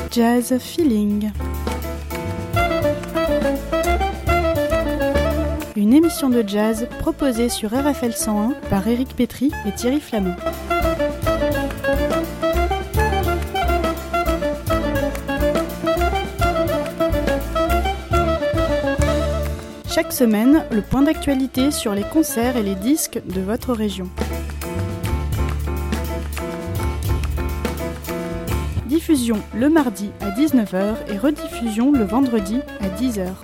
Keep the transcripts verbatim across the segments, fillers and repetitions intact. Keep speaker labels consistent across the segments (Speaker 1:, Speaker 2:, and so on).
Speaker 1: Jazz Feeling. Une émission de jazz proposée sur R F L cent un par Éric Pétry et Thierry Flamand. Chaque semaine, le point d'actualité sur les concerts et les disques de votre région. Diffusion le mardi à dix-neuf heures et rediffusion le vendredi à dix heures.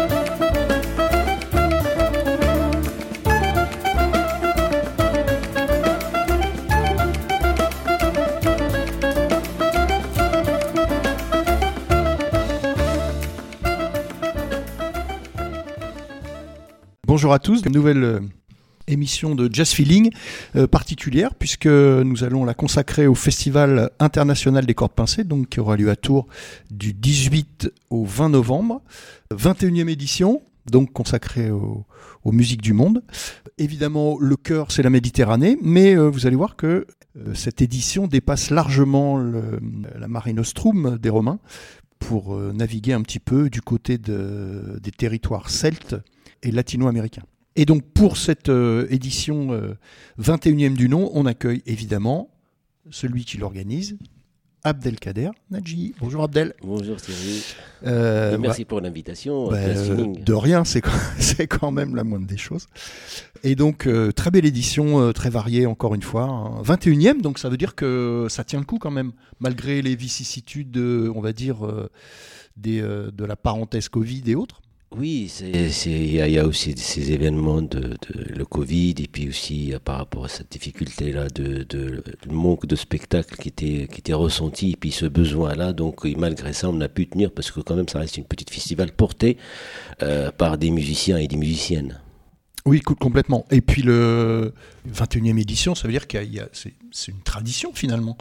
Speaker 2: Bonjour à tous, une nouvelle euh, émission de Jazz Feeling euh, particulière puisque nous allons la consacrer au Festival international des cordes pincées, donc qui aura lieu à Tours du dix-huit au vingt novembre, vingt et unième édition, donc consacrée au, aux musiques du monde. Évidemment, le cœur c'est la Méditerranée, mais euh, vous allez voir que euh, cette édition dépasse largement le, la Mare Nostrum des Romains pour euh, naviguer un petit peu du côté de, des territoires celtes et latino-américain. Et donc pour cette euh, édition euh, vingt et unième du nom, on accueille évidemment celui qui l'organise, Abdelkader Nadji. Bonjour Abdel.
Speaker 3: Bonjour Thierry.
Speaker 2: Euh,
Speaker 3: Et merci
Speaker 2: bah,
Speaker 3: pour l'invitation.
Speaker 2: Bah, euh, de rien, c'est quand, c'est quand même la moindre des choses. Et donc euh, très belle édition, euh, très variée encore une fois. Hein. vingt et unième, donc ça veut dire que ça tient le coup quand même, malgré les vicissitudes, euh, on va dire, euh, des, euh, de la parenthèse Covid et autres.
Speaker 3: Oui, c'est, c'est, il y, y a aussi ces événements de, de le Covid et puis aussi par rapport à cette difficulté-là de, de, de manque de spectacle qui était, qui était ressenti et puis ce besoin-là. Donc malgré ça, on a pu tenir parce que quand même ça reste une petite festival portée euh, par des musiciens et des musiciennes.
Speaker 2: Oui, complètement. Et puis le vingt et unième édition, ça veut dire qu'il y a, c'est, c'est une tradition finalement.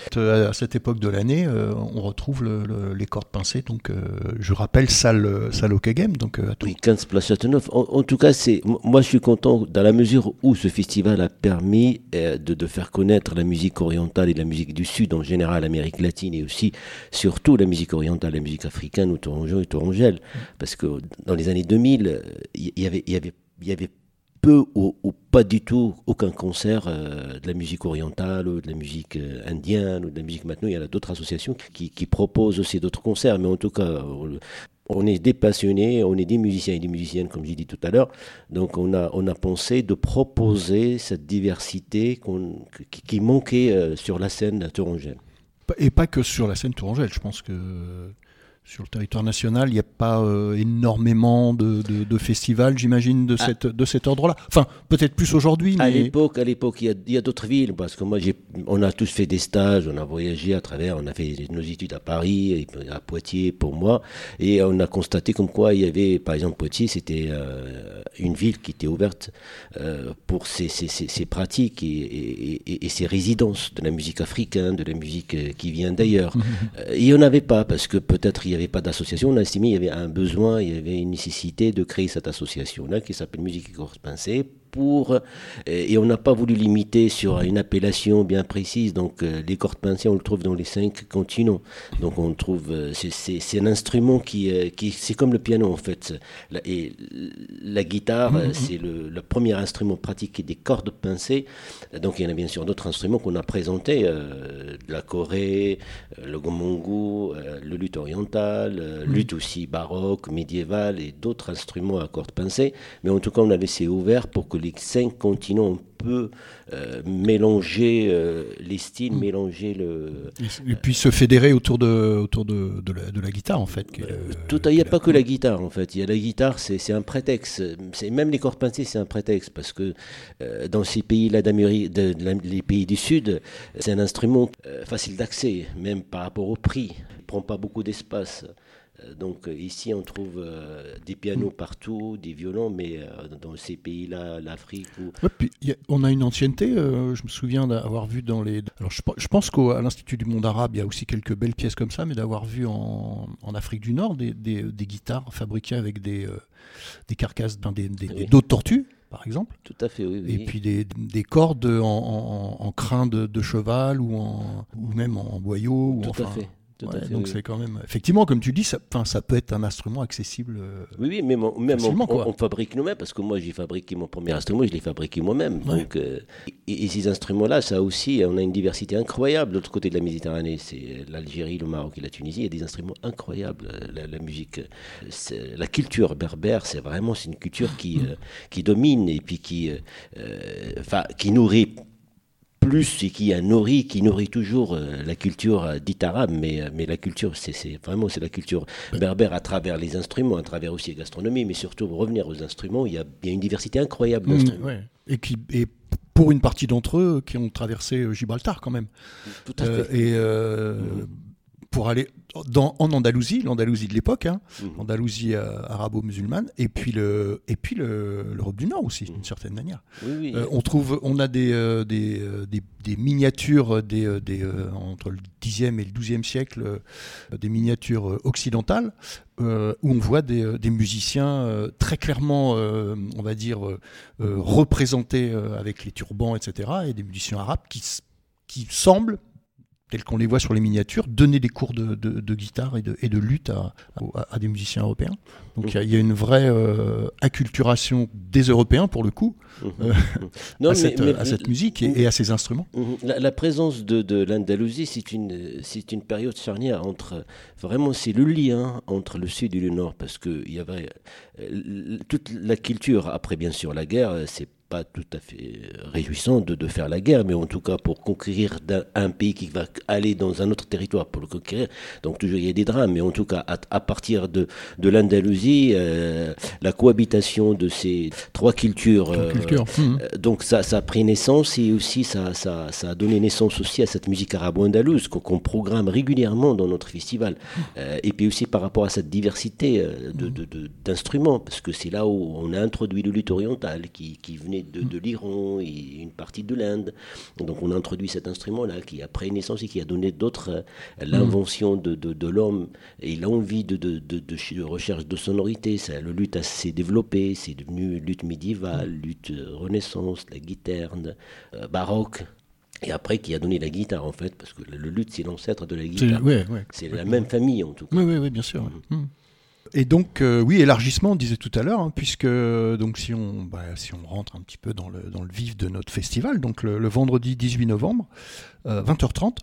Speaker 2: À cette époque de l'année, euh, on retrouve le, le, les cordes pincées. Donc, euh, je rappelle, salle, salle Hockey Game. Donc, euh, à
Speaker 3: oui, quinze place Châteauneuf. En, en tout cas, c'est, moi je suis content dans la mesure où ce festival a permis euh, de, de faire connaître la musique orientale et la musique du Sud, en général l'Amérique latine et aussi, surtout la musique orientale, la musique africaine, ou Tourangeau et Tourangelle. Mmh. Parce que dans les années deux mille, il y, y avait... Y avait il y avait peu ou, ou pas du tout aucun concert euh, de la musique orientale ou de la musique euh, indienne ou de la musique maintenant. Il y a d'autres associations qui, qui proposent aussi d'autres concerts, mais en tout cas, on, on est des passionnés, on est des musiciens et des musiciennes, comme j'ai dit tout à l'heure. Donc on a, on a pensé de proposer cette diversité qu'on, qui, qui manquait euh, sur la scène tourangelle.
Speaker 2: Et pas que sur la scène tourangelle, je pense que... Sur le territoire national, il n'y a pas euh, énormément de, de, de festivals, j'imagine, de, cette, ah. de cet ordre-là. Enfin, peut-être plus aujourd'hui. Mais...
Speaker 3: À l'époque, à l'époque, il y a, il y a d'autres villes, parce que moi, j'ai, on a tous fait des stages, on a voyagé à travers, on a fait nos études à Paris, à Poitiers pour moi, et on a constaté comme quoi il y avait, par exemple, Poitiers, c'était euh, une ville qui était ouverte euh, pour ses, ses, ses, ses pratiques et, et, et, et ses résidences de la musique africaine, de la musique qui vient d'ailleurs. euh, il n'y en avait pas, parce que peut-être il y avait Il n'y avait pas d'association, on a estimé qu'il y avait un besoin, il y avait une nécessité de créer cette association-là qui s'appelle Musique et Cordes Pincées. Pour, et on n'a pas voulu limiter sur une appellation bien précise. Donc euh, les cordes pincées, on le trouve dans les cinq continents. Donc on trouve, euh, c'est, c'est, c'est un instrument qui, euh, qui, c'est comme le piano en fait. La, et la guitare, mmh, c'est le, le premier instrument pratiqué des cordes pincées. Donc il y en a bien sûr d'autres instruments qu'on a présentés, euh, de la Corée, euh, le gomongo, euh, le luth oriental, euh, mmh. luth aussi baroque, médiéval et d'autres instruments à cordes pincées. Mais en tout cas, on a laissé ouvert pour que les cinq continents, on peut euh, mélanger euh, les styles, mmh. mélanger le...
Speaker 2: Et puis se fédérer autour de, autour de, de, la, de la guitare, en fait.
Speaker 3: Euh, tout, il n'y a pas que la guitare, en fait. Il y a la guitare, c'est, c'est un prétexte. C'est, même les cordes pincées, c'est un prétexte, parce que euh, dans ces pays-là d'Amérique, de, de, de, les pays du Sud, c'est un instrument euh, facile d'accès, même par rapport au prix. Il ne prend pas beaucoup d'espace. Donc ici on trouve euh, des pianos partout, des violons, mais euh, dans ces pays-là, l'Afrique... Ou...
Speaker 2: Ouais, puis, y a, on a une ancienneté, euh, je me souviens d'avoir vu dans les... Alors je, je pense qu'à l'Institut du monde arabe, il y a aussi quelques belles pièces comme ça, mais d'avoir vu en, en Afrique du Nord des, des, des guitares fabriquées avec des, euh, des carcasses, dans des, des, oui. des dos de tortue, par exemple.
Speaker 3: Tout à fait, oui. oui.
Speaker 2: Et puis des, des cordes en, en, en crin de, de cheval ou, en, ou même en boyau.
Speaker 3: Tout
Speaker 2: ou enfin,
Speaker 3: à fait. Tout
Speaker 2: Ouais,
Speaker 3: à fait,
Speaker 2: donc
Speaker 3: oui.
Speaker 2: c'est quand même, effectivement, comme tu dis, ça, enfin, ça peut être un instrument accessible. euh,
Speaker 3: Oui, oui, même, on, même on,
Speaker 2: Facilement,
Speaker 3: on-
Speaker 2: quoi.
Speaker 3: on fabrique nous-mêmes, parce que moi j'ai fabriqué mon premier instrument, je l'ai fabriqué moi-même.
Speaker 2: Ouais.
Speaker 3: Donc, euh, et, et ces instruments-là, ça aussi, on a une diversité incroyable de l'autre côté de la Méditerranée. C'est l'Algérie, le Maroc et la Tunisie, il y a des instruments incroyables. La, la musique, c'est- la culture berbère, c'est vraiment c'est une culture qui, euh, qui domine et puis qui, euh, euh, enfin, qui nourrit plus et qui a nourri, qui nourrit toujours euh, la culture euh, dite arabe, mais, euh, mais la culture, c'est c'est- vraiment c'est la culture berbère à travers les instruments, à travers aussi la gastronomie, mais surtout revenir aux instruments, il y a, il y a une diversité incroyable
Speaker 2: mmh,
Speaker 3: d'instruments.
Speaker 2: ouais. Et, qui, et pour une partie d'entre eux qui ont traversé euh, Gibraltar quand même.
Speaker 3: Tout à
Speaker 2: Euh,
Speaker 3: fait.
Speaker 2: et euh,
Speaker 3: Mhm.
Speaker 2: pour aller dans, en Andalousie, l'Andalousie de l'époque, hein,
Speaker 3: Mhm.
Speaker 2: Andalousie euh, arabo-musulmane, et puis le, et puis le, l'Europe du Nord aussi,
Speaker 3: Mhm.
Speaker 2: d'une certaine manière.
Speaker 3: Oui, oui.
Speaker 2: Euh, on trouve, on a des, euh, des, euh, des, des miniatures des, euh, des, euh, entre le dixième et le douzième siècle, euh, des miniatures euh, occidentales, euh, où on voit des, euh, des musiciens euh, très clairement, euh, on va dire, euh, euh, représentés euh, avec les turbans, et cetera, et des musiciens arabes qui, s- qui semblent, tels qu'on les voit sur les miniatures, donner des cours de, de, de guitare et de, et de lutte à, à, à des musiciens européens. Donc il y a- il y, a une vraie euh, acculturation des Européens, pour le coup,
Speaker 3: Mhm.
Speaker 2: euh,
Speaker 3: Non,
Speaker 2: à,
Speaker 3: mais-
Speaker 2: cette,
Speaker 3: mais-
Speaker 2: à cette musique et, et à ces instruments.
Speaker 3: Mhm. La, la présence de, de l'Andalousie, c'est une, c'est une période charnière entre, vraiment, c'est le lien entre le sud et le nord, parce que il y avait euh, l- toute la culture, après bien sûr la guerre, euh, c'est pas tout à fait réjouissant de, de faire la guerre, mais en tout cas pour conquérir d'un- un pays qui va aller dans un autre territoire pour le conquérir, donc toujours il y a des drames, mais en tout cas à, à partir de, de l'Andalousie, euh, la cohabitation de ces trois cultures, euh,
Speaker 2: Culture. Mhm.
Speaker 3: euh, donc ça, ça a pris naissance et aussi ça, ça, ça a donné naissance aussi à cette musique arabo-andalouse qu'on qu'on programme régulièrement dans notre festival. Euh, et puis aussi par rapport à cette diversité euh, de, de- de- d'instruments, parce que c'est là où on a introduit le luth oriental qui, qui venait de, de l'Iran et une partie de l'Inde. Donc on a introduit cet instrument-là qui a pris naissance et qui a donné d'autres, euh, l'invention de, de, de l'homme et l'envie de, de, de, de, de recherche de sonorité. Ça, le luth a- s'est développé, c'est devenu luth médiéval, luth euh, renaissance, la guitare euh, baroque. Et après, qui a donné la guitare, en fait, parce que le, le luth, c'est l'ancêtre de la
Speaker 2: C'est,
Speaker 3: guitare.
Speaker 2: ouais, ouais.
Speaker 3: C'est la même famille, en tout cas.
Speaker 2: Oui, oui, oui, bien sûr. ouais. Mhm. Et donc, euh, oui, élargissement, on disait tout à l'heure, hein, puisque donc si on, bah, si on rentre un petit peu dans le, dans le vif de notre festival, donc le, le vendredi dix-huit novembre, euh, vingt heures trente,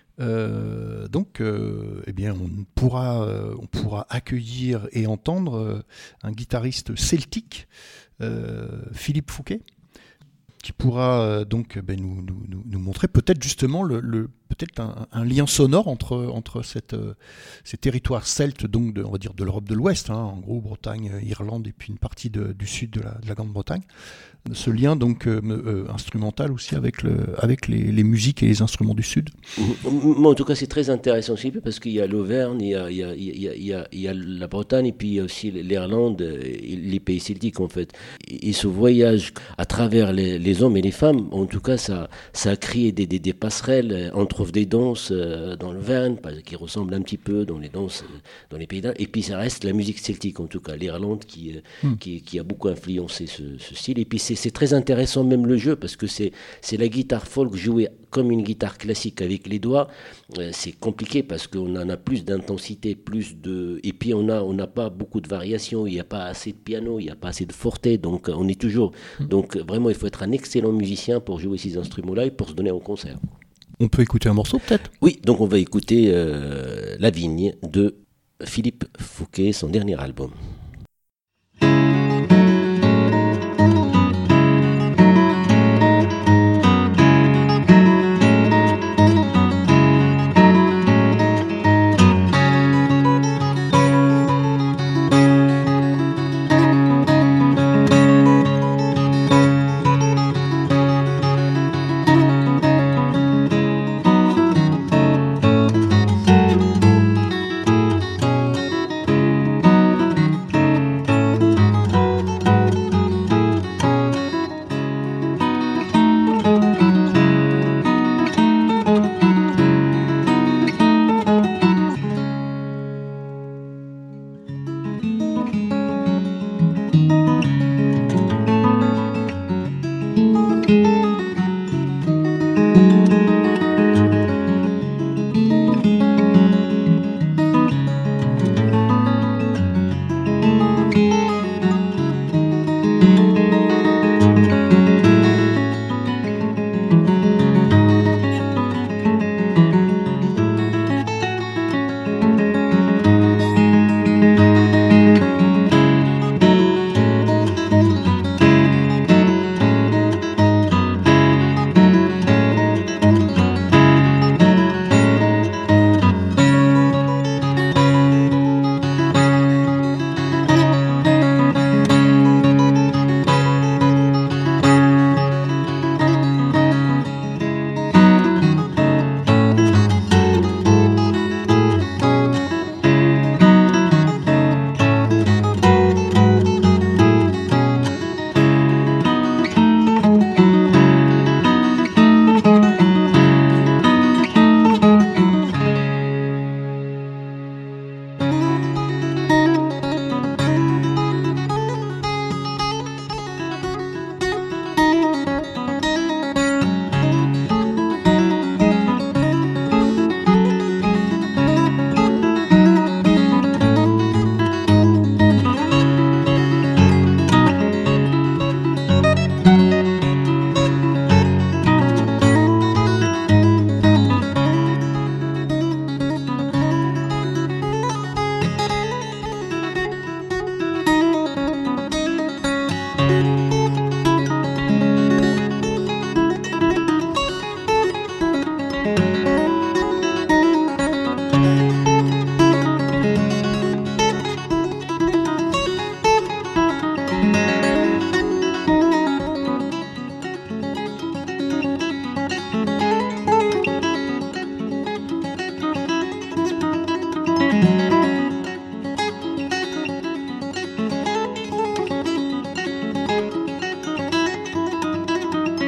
Speaker 2: euh, donc, euh, eh bien, on pourra, euh, on pourra accueillir et entendre euh, un guitariste celtique, euh, Philippe Fouquet, qui pourra euh, donc ben, nous, nous, nous, nous montrer peut-être justement le, le peut-être un, un lien sonore entre entre cette, euh, ces territoires celtes, donc de, on va dire de l'Europe de l'Ouest, hein, en gros Bretagne, Irlande et puis une partie de, du sud de la, de la Grande-Bretagne. Ce lien donc euh, euh, instrumental aussi avec le avec les, les musiques et les instruments du sud.
Speaker 3: Moi, en tout cas, c'est très intéressant aussi parce qu'il y a l'Auvergne, il y a, il y a, il y a, il y a, il y a la Bretagne et puis il y a aussi l'Irlande et les pays celtiques en fait. Et ce voyage à travers les, les hommes et les femmes, en tout cas, ça, ça a créé des, des, des passerelles. On trouve des danses dans l'Auvergne qui ressemblent un petit peu dans les danses dans les pays d'Inde. Et puis ça reste la musique celtique en tout cas, l'Irlande qui, hmm. qui, qui a beaucoup influencé ce, ce style. Et puis c'est, c'est très intéressant même le jeu parce que c'est, c'est la guitare folk jouée comme une guitare classique avec les doigts. Euh, c'est compliqué parce qu'on en a plus d'intensité, plus de... Et puis on a, on n'a pas beaucoup de variations, il n'y a pas assez de piano, il n'y a pas assez de forte, donc on est toujours... Mmh. Donc vraiment, il faut être un excellent musicien pour jouer ces instruments-là et pour se donner en concert.
Speaker 2: On peut écouter un morceau peut-être ?
Speaker 3: Oui, donc on va écouter euh, La Vigne de Philippe Fouquet, son dernier album.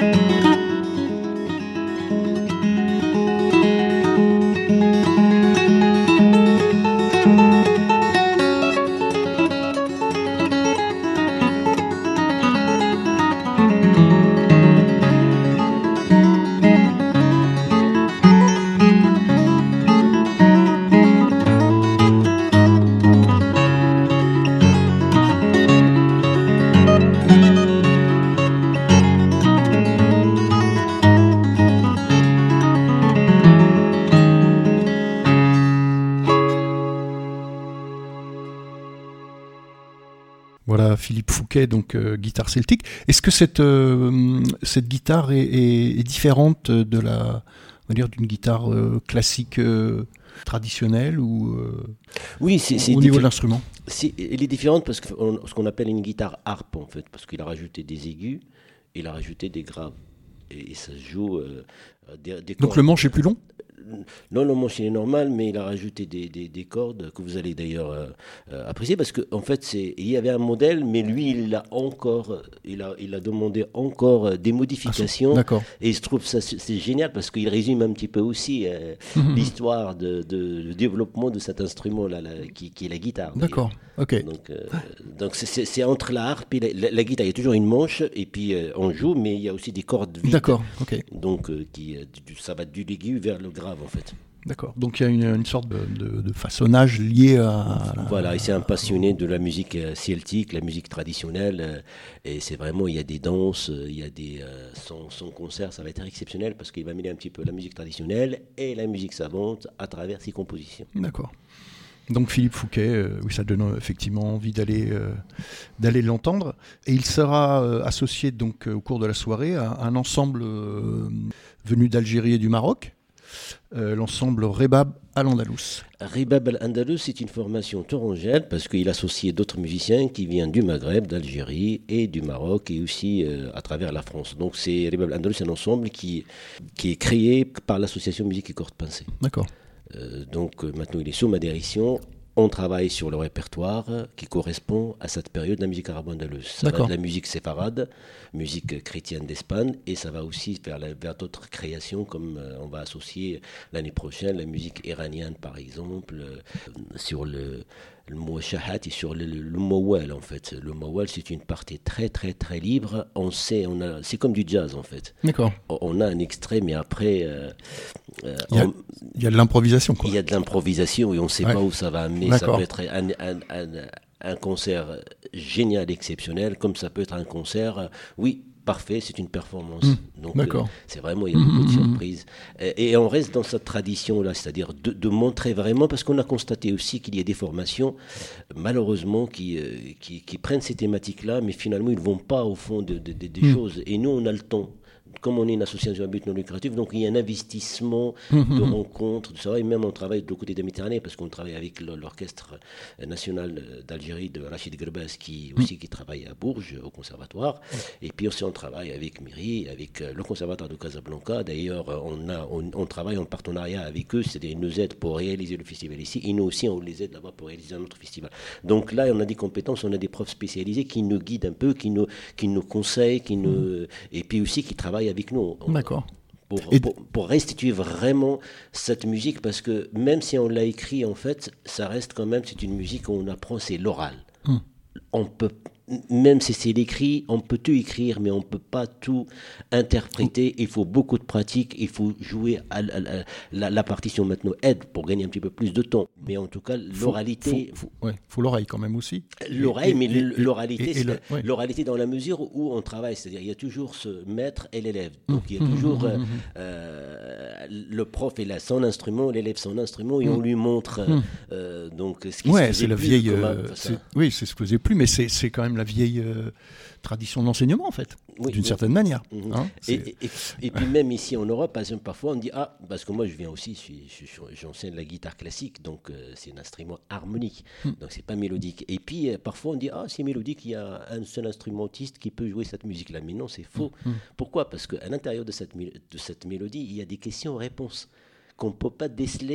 Speaker 2: Voilà, Philippe Fouquet, donc euh, guitare celtique. Est-ce que cette, euh, cette guitare est, est, est différente de la, on va dire, d'une guitare euh, classique euh, traditionnelle ou euh,
Speaker 3: oui, c'est, c'est
Speaker 2: au niveau
Speaker 3: diffé-
Speaker 2: de l'instrument?
Speaker 3: c'est, elle est différente parce que on- ce qu'on appelle une guitare harpe en fait, parce qu'il a rajouté des aigus, il a rajouté des graves et, et ça se joue euh, des, des
Speaker 2: Donc
Speaker 3: cordes.
Speaker 2: le manche est plus long?
Speaker 3: Non, le manche il est normal, mais il a rajouté des, des, des cordes que vous allez d'ailleurs euh, euh, apprécier parce qu'en en fait, c'est, il y avait un modèle, mais lui, il a encore, il a, il a demandé encore euh, des modifications.
Speaker 2: Ah, d'accord.
Speaker 3: Et je trouve ça c'est c'est génial parce qu'il résume un petit peu aussi euh,
Speaker 2: Mhm.
Speaker 3: l'histoire de, de, le développement de cet instrument-là, là, qui, qui est la guitare. d'ailleurs.
Speaker 2: D'accord, ok.
Speaker 3: Donc, euh, donc c'est, c'est, c'est entre la harpe et la, la, la guitare. Il y a toujours une manche et puis euh, on joue, mais il y a aussi des cordes vides.
Speaker 2: D'accord, ok.
Speaker 3: Donc euh, qui, euh, du- ça va du l'aigu vers le grave en fait.
Speaker 2: D'accord. Donc il y a une, une sorte de, de, de façonnage lié à... à la-
Speaker 3: Voilà, il s'est un passionné de la musique euh, celtique, la musique traditionnelle, euh, et c'est vraiment, il y a des danses, euh, il y a des, euh, son, son concert, ça va être exceptionnel parce qu'il va mêler un petit peu la musique traditionnelle et la musique savante à travers ses compositions.
Speaker 2: D'accord. Donc Philippe Fouquet, euh, oui, ça donne euh, effectivement envie d'aller euh, d'aller l'entendre. Et il sera euh, associé donc euh, au cours de la soirée à un ensemble euh, venu d'Algérie et du Maroc, euh, l'ensemble Rebab Al-Andalous.
Speaker 3: Ribab al-Andalus, c'est une formation torangelle parce qu'il associe d'autres musiciens qui viennent du Maghreb, d'Algérie et du Maroc et aussi euh, à travers la France. Donc c'est Ribab al-Andalus, c'est un ensemble qui, qui est créé par l'association Musique et Cordes Pincées.
Speaker 2: D'accord.
Speaker 3: Euh, donc euh, maintenant il est sous ma direction. On travaille sur le répertoire euh, qui correspond à cette période de la musique arabo-andalouse. Ça va
Speaker 2: D'accord.
Speaker 3: de la musique séfarade, musique chrétienne d'Espagne, et ça va aussi vers, la- vers d'autres créations comme euh, on va associer l'année prochaine la musique iranienne par exemple, euh, sur le, le mot shahat et sur le, le, le mawal en fait. Le mawal c'est une partie très très très libre. On sait, on a, c'est comme du jazz en fait.
Speaker 2: D'accord.
Speaker 3: On- On a un extrait, mais après, euh, euh,
Speaker 2: Il y a,
Speaker 3: on-
Speaker 2: il y a de l'improvisation, quoi.
Speaker 3: il y a de l'improvisation et on ne sait
Speaker 2: Ouais.
Speaker 3: pas où ça va amener. Ça
Speaker 2: D'accord.
Speaker 3: peut être un, un, un, un concert génial, exceptionnel, comme ça peut être un concert, euh, oui, parfait, c'est une performance.
Speaker 2: Mmh,
Speaker 3: Donc,
Speaker 2: d'accord.
Speaker 3: euh, c'est vraiment, il y a
Speaker 2: Mmh,
Speaker 3: beaucoup de
Speaker 2: mmh, mmh.
Speaker 3: surprises. Et, et on reste dans cette tradition-là, c'est-à-dire de, de montrer vraiment, parce qu'on a constaté aussi qu'il y a des formations, malheureusement, qui, euh, qui, qui prennent ces thématiques-là, mais finalement, ils ne vont pas au fond de- de- de- des
Speaker 2: Mmh.
Speaker 3: choses. Et nous, on a le temps. Comme on est une association à but non lucratif, donc il y a un investissement
Speaker 2: Mmh,
Speaker 3: de
Speaker 2: mmh.
Speaker 3: rencontres, de savoir, et même on travaille de l'autre côté de la Méditerranée, parce qu'on travaille avec le- l'orchestre national d'Algérie de Rachid Gerbas, qui aussi qui travaille à Bourges, au conservatoire, et puis aussi on travaille avec Miri, avec euh, le conservatoire de Casablanca. D'ailleurs, euh, on, a, on, on travaille en partenariat avec eux, c'est-à-dire ils nous aident pour réaliser le festival ici, et nous aussi on les aide là-bas pour réaliser un autre festival. Donc là, on a des compétences, on a des profs spécialisés qui nous guident un peu, qui nous, qui nous conseillent, qui nous, et puis aussi qui travaillent avec nous.
Speaker 2: D'accord.
Speaker 3: Pour,
Speaker 2: Et-
Speaker 3: pour, pour restituer vraiment cette musique, parce que même si on l'a écrit, en fait, ça reste quand même, c'est une musique où on apprend, c'est l'oral.
Speaker 2: Hum.
Speaker 3: On peut, même si c'est l'écrit, on peut tout écrire, mais on ne peut pas tout interpréter. Il faut beaucoup de pratique, il faut jouer à, à- à- la, la partition maintenant aide pour gagner un petit peu plus de temps. Mais en tout cas,
Speaker 2: Faut-
Speaker 3: l'oralité...
Speaker 2: Faut, faut- ouais, faut l'oreille quand même aussi.
Speaker 3: L'oreille,
Speaker 2: Et-
Speaker 3: mais
Speaker 2: et-
Speaker 3: l-
Speaker 2: et-
Speaker 3: l'oralité,
Speaker 2: et- et
Speaker 3: c'est-
Speaker 2: le- ouais.
Speaker 3: l'oralité dans la mesure où on travaille, c'est-à-dire il y a toujours ce maître et l'élève.
Speaker 2: Mmh.
Speaker 3: Donc il y a toujours euh, euh, le prof il a son instrument, l'élève son instrument et on lui montre euh, euh, donc ce qui se
Speaker 2: Ouais,
Speaker 3: faisait
Speaker 2: c'est la
Speaker 3: plus
Speaker 2: vieille.
Speaker 3: comme un-
Speaker 2: euh,
Speaker 3: enfin,
Speaker 2: c'est- oui, c'est ce que j'ai plus, mais c'est c'est quand même la vieille euh, tradition de l'enseignement, en fait,
Speaker 3: Oui,
Speaker 2: d'une
Speaker 3: oui.
Speaker 2: certaine manière.
Speaker 3: Mhm.
Speaker 2: Hein,
Speaker 3: Et,
Speaker 2: c'est-
Speaker 3: et- et- et puis même ici en Europe, par exemple, parfois on dit ah parce que moi je viens aussi, je suis- je suis- j'enseigne la guitare classique, donc euh, c'est un instrument harmonique,
Speaker 2: Hmm.
Speaker 3: donc c'est pas mélodique. Et puis euh, parfois on dit ah c'est mélodique, il y a un seul instrumentiste qui peut jouer cette musique-là, mais non c'est faux.
Speaker 2: Hmm.
Speaker 3: Pourquoi? Parce qu'à l'intérieur de cette, mél- de cette mélodie, il y a des questions-réponses qu'on ne peut pas déceler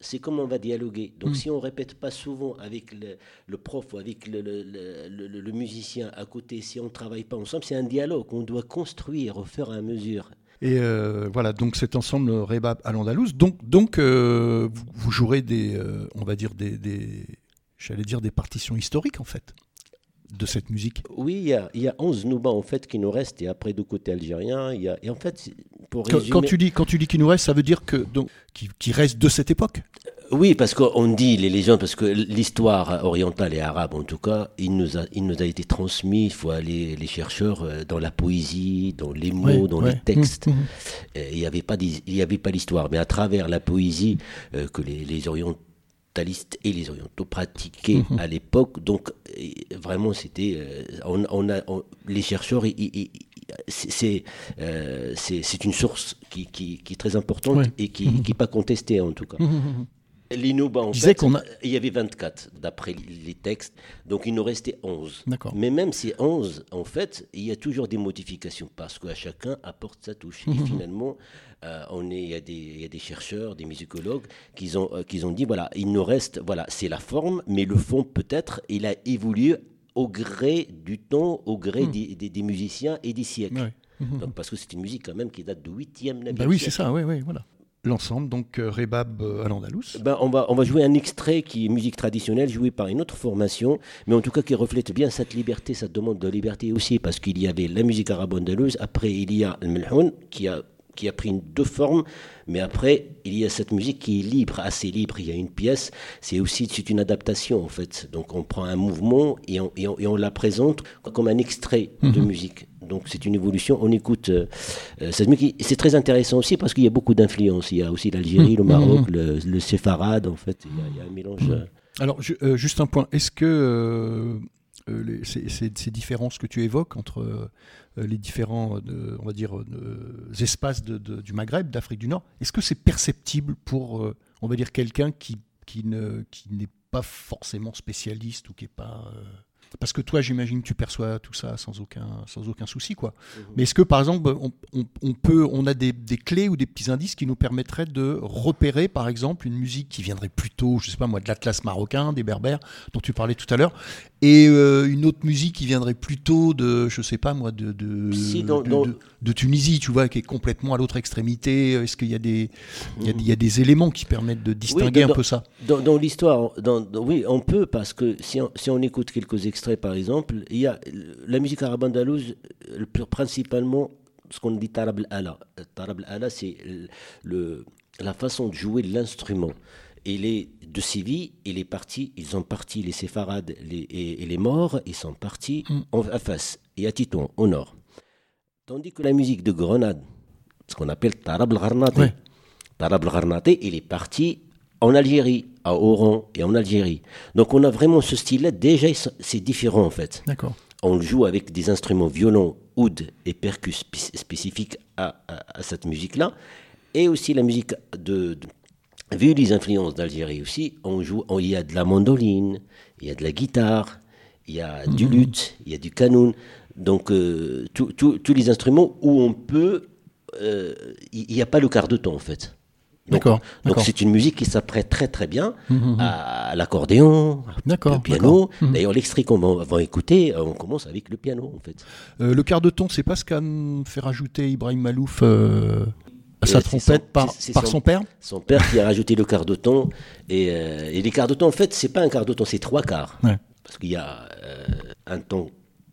Speaker 3: c'est comme on va dialoguer. Donc,
Speaker 2: Mm.
Speaker 3: si on répète pas souvent avec le, le prof ou avec le, le, le, le, le musicien à côté, si on travaille pas ensemble, c'est un dialogue qu'on doit construire au fur et à mesure.
Speaker 2: Et euh, voilà, donc cet ensemble Rebab à l'Andalouse. Donc, donc euh, vous, vous jouerez des, euh, on va dire des, des, j'allais dire des partitions historiques en fait de cette musique.
Speaker 3: Oui, il y a, il y a onze noubas en fait qui nous restent et après du côté algérien, il y a, et en fait, pour
Speaker 2: Quand,
Speaker 3: résumer...
Speaker 2: quand tu dis quand tu dis qu'il nous reste, ça veut dire que donc qui, qui reste de cette époque.
Speaker 3: Oui, parce qu'on dit les légendes, parce que l'histoire orientale et arabe, en tout cas, il nous a, il nous a été transmis. Il faut aller, les chercheurs, dans la poésie, dans les mots,
Speaker 2: Ouais,
Speaker 3: dans
Speaker 2: ouais.
Speaker 3: les textes.
Speaker 2: Mmh, mmh.
Speaker 3: Euh, Il n'y avait pas, d'hi- il y avait pas l'histoire, mais à travers la poésie euh, que les, les orientalistes et les orientaux pratiquaient
Speaker 2: Mhm.
Speaker 3: à l'époque. Donc, et vraiment, c'était, euh, on, on a, on- les chercheurs, ils- ils- ils- c'est, c'est, euh, c'est, c'est une source qui, qui, qui est très importante
Speaker 2: Ouais.
Speaker 3: et qui n'est pas contestée en tout cas.
Speaker 2: Mmh, mmh.
Speaker 3: Les noubas, en
Speaker 2: Disais
Speaker 3: fait,
Speaker 2: qu'on a-
Speaker 3: il y avait vingt-quatre d'après les textes, donc il nous restait onze.
Speaker 2: D'accord.
Speaker 3: Mais même ces onze, en fait, il y a toujours des modifications parce que chacun apporte sa touche.
Speaker 2: Mhm.
Speaker 3: Et finalement, euh, on est, il y a des, il y a des chercheurs, des musicologues qui ont, euh, qui ont dit voilà, il nous reste, voilà, c'est la forme, mais le fond peut-être, il a évolué au gré du temps, au gré
Speaker 2: Mhm.
Speaker 3: des, des- des musiciens et des siècles.
Speaker 2: Ouais. Mhm.
Speaker 3: Donc, parce que c'est une musique quand même qui date du huitième,
Speaker 2: Bah oui, c'est ça. Oui, oui, voilà. L'ensemble, donc euh, Rebab euh, à l'Andalouse.
Speaker 3: Ben, on, va, on va jouer un extrait qui est musique traditionnelle, joué par une autre formation, mais en tout cas qui reflète bien cette liberté, cette demande de liberté aussi, parce qu'il y avait la musique arabe-andalouse, après il y a le melhoun, qui a, qui a pris une, deux formes, mais après il y a cette musique qui est libre, assez libre, il y a une pièce, c'est aussi c'est une adaptation en fait, donc on prend un mouvement et on, et on, et on la présente comme un extrait de
Speaker 2: Mhm.
Speaker 3: musique. Donc c'est une évolution, on écoute euh, euh, cette musique. C'est très intéressant aussi parce qu'il y a beaucoup d'influences. Il y a aussi l'Algérie, le Maroc, le, le séfarade, en fait. Il y a, il y a un mélange. euh,
Speaker 2: Alors, ju- euh, juste un point. Est-ce que euh, euh, les- ces, ces- ces différences que tu évoques entre euh, les différents, euh, on va dire, euh, espaces de- de- du Maghreb, d'Afrique du Nord, est-ce que c'est perceptible pour, euh, on va dire, quelqu'un qui, qui ne, qui n'est pas forcément spécialiste ou qui est pas euh, parce que toi, j'imagine que tu perçois tout ça sans aucun, sans aucun souci, quoi. Mais est-ce que, par exemple, on, on- on peut, on a des, des clés ou des petits indices qui nous permettraient de repérer, par exemple, une musique qui viendrait plutôt, je sais pas moi, de l'Atlas marocain, des Berbères, dont tu parlais tout à l'heure, et euh, une autre musique qui viendrait plutôt de, je sais pas moi, de, de,
Speaker 3: Si, dans-
Speaker 2: de,
Speaker 3: dans-
Speaker 2: de- de Tunisie, tu vois, qui est complètement à l'autre extrémité. Est-ce qu'il y a des, il y a, il y a des éléments qui permettent de distinguer
Speaker 3: dans-
Speaker 2: un peu ça?
Speaker 3: Dans, dans l'histoire, dans- dans- oui, on peut, parce que si on, si on écoute quelques extraits, par exemple, il y a la musique arabe andalouse, euh, principalement ce qu'on dit tarab al-ala. Tarab al-ala, c'est le, le- la façon de jouer l'instrument. Et les, de Séville, il est parti, ils ont parti, les séfarades les, et, et les morts, ils sont partis
Speaker 2: Mm.
Speaker 3: en, à Fès et à Titouan, au nord. Tandis que la musique de Grenade, ce qu'on appelle Tarab al-Gharnati,
Speaker 2: Ouais.
Speaker 3: Tarab al-Gharnati, il est parti en Algérie, à Oran et en Algérie. Donc on a vraiment ce style-là, déjà ils sont- c'est différent en fait.
Speaker 2: D'accord.
Speaker 3: On joue avec des instruments violon, oud et percus spé- spécifiques à, à- à cette musique-là. Et aussi la musique de, de- vu les influences d'Algérie aussi, on joue, on- il y a de la mandoline, il y a de la guitare, il y a du luth, il y a du canoun. Donc euh, tous tous- tous les instruments où on peut, euh, il n'y a pas le quart de temps en fait. Donc,
Speaker 2: D'accord,
Speaker 3: donc
Speaker 2: d'accord.
Speaker 3: c'est une musique qui s'apprête très très bien
Speaker 2: Mhm.
Speaker 3: à l'accordéon,
Speaker 2: D'accord,
Speaker 3: le piano.
Speaker 2: d'accord. Mhm.
Speaker 3: D'ailleurs, l'extrait qu'on va, va écouter, euh, on commence avec le piano en fait.
Speaker 2: Euh, le quart de ton, c'est pas ce qu'a fait rajouter Ibrahim Malouf euh, à sa
Speaker 3: Euh, c'est
Speaker 2: trompette
Speaker 3: son-
Speaker 2: par,
Speaker 3: c'est- c'est
Speaker 2: par
Speaker 3: son-
Speaker 2: son père?
Speaker 3: Son père qui a rajouté le quart de ton. Et, euh, et les quarts de ton, en fait, c'est pas un quart de ton, c'est trois quarts.
Speaker 2: Ouais.
Speaker 3: Parce qu'il y a euh, un ton,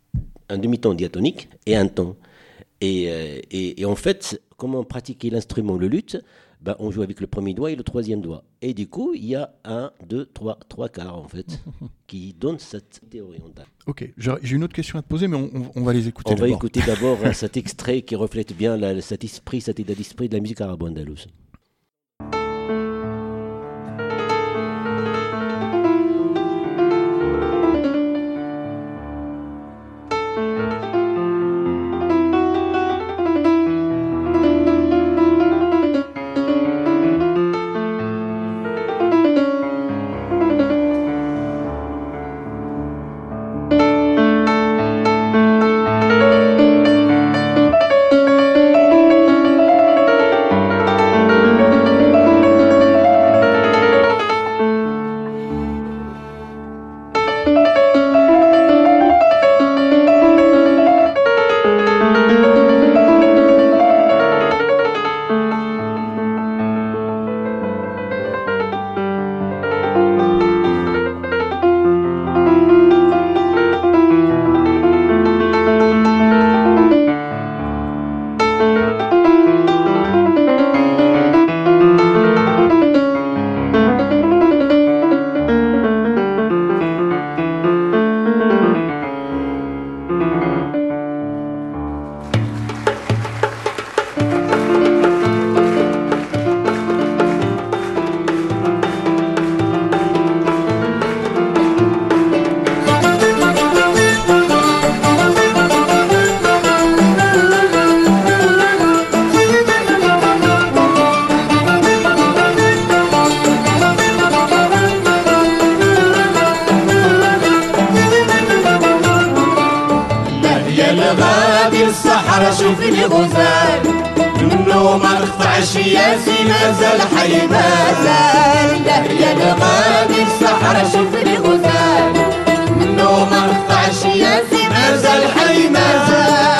Speaker 3: un demi-ton diatonique et un ton. Et, euh, et, et en fait, comment pratiquer l'instrument, le luth, ben, on joue avec le premier doigt et le troisième doigt. Et du coup, il y a un, deux, trois, trois quarts, en fait, qui donnent cette théorie orientale.
Speaker 2: Ok, j'ai j'ai une autre question à te poser, mais on, on- on va les écouter
Speaker 3: On va
Speaker 2: d'abord.
Speaker 3: écouter d'abord euh, cet extrait qui reflète bien la- cet esprit, cet état d'esprit de la musique arabo-andalouse.
Speaker 4: Thank الغادي الصحراء شوف لي غزال منو ما نقطعش ياسي مازال حي مازال يا الغادي الصحراء شوف لي غزال منو ما نقطعش ياسي مازال حي مازال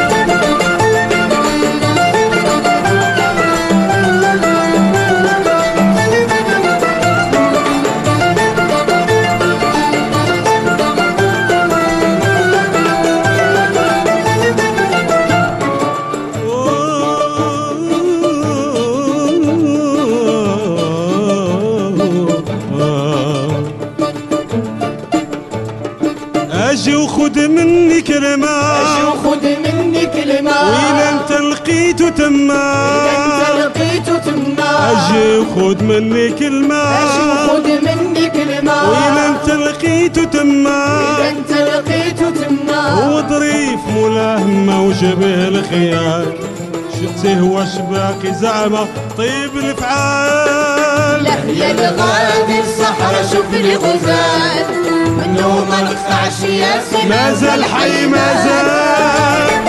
Speaker 5: اجي وخذ مني كلمة
Speaker 4: اجي وخذ مني كلمة
Speaker 5: وين انت لقيته تما
Speaker 4: وين انت لقيته تما
Speaker 5: اجي وخذ مني كلمة
Speaker 4: اجي وخذ مني كلمة
Speaker 5: وين انت لقيته تما
Speaker 4: وين انت لقيته تما
Speaker 5: وظريف ملهمة وشبه الخيال شفته واش باقي زعمة طيب الافعال
Speaker 4: لا يا الغادي الصحراء شوف لي غزال منو ما نقطعش ياسي
Speaker 5: مازال حي مازال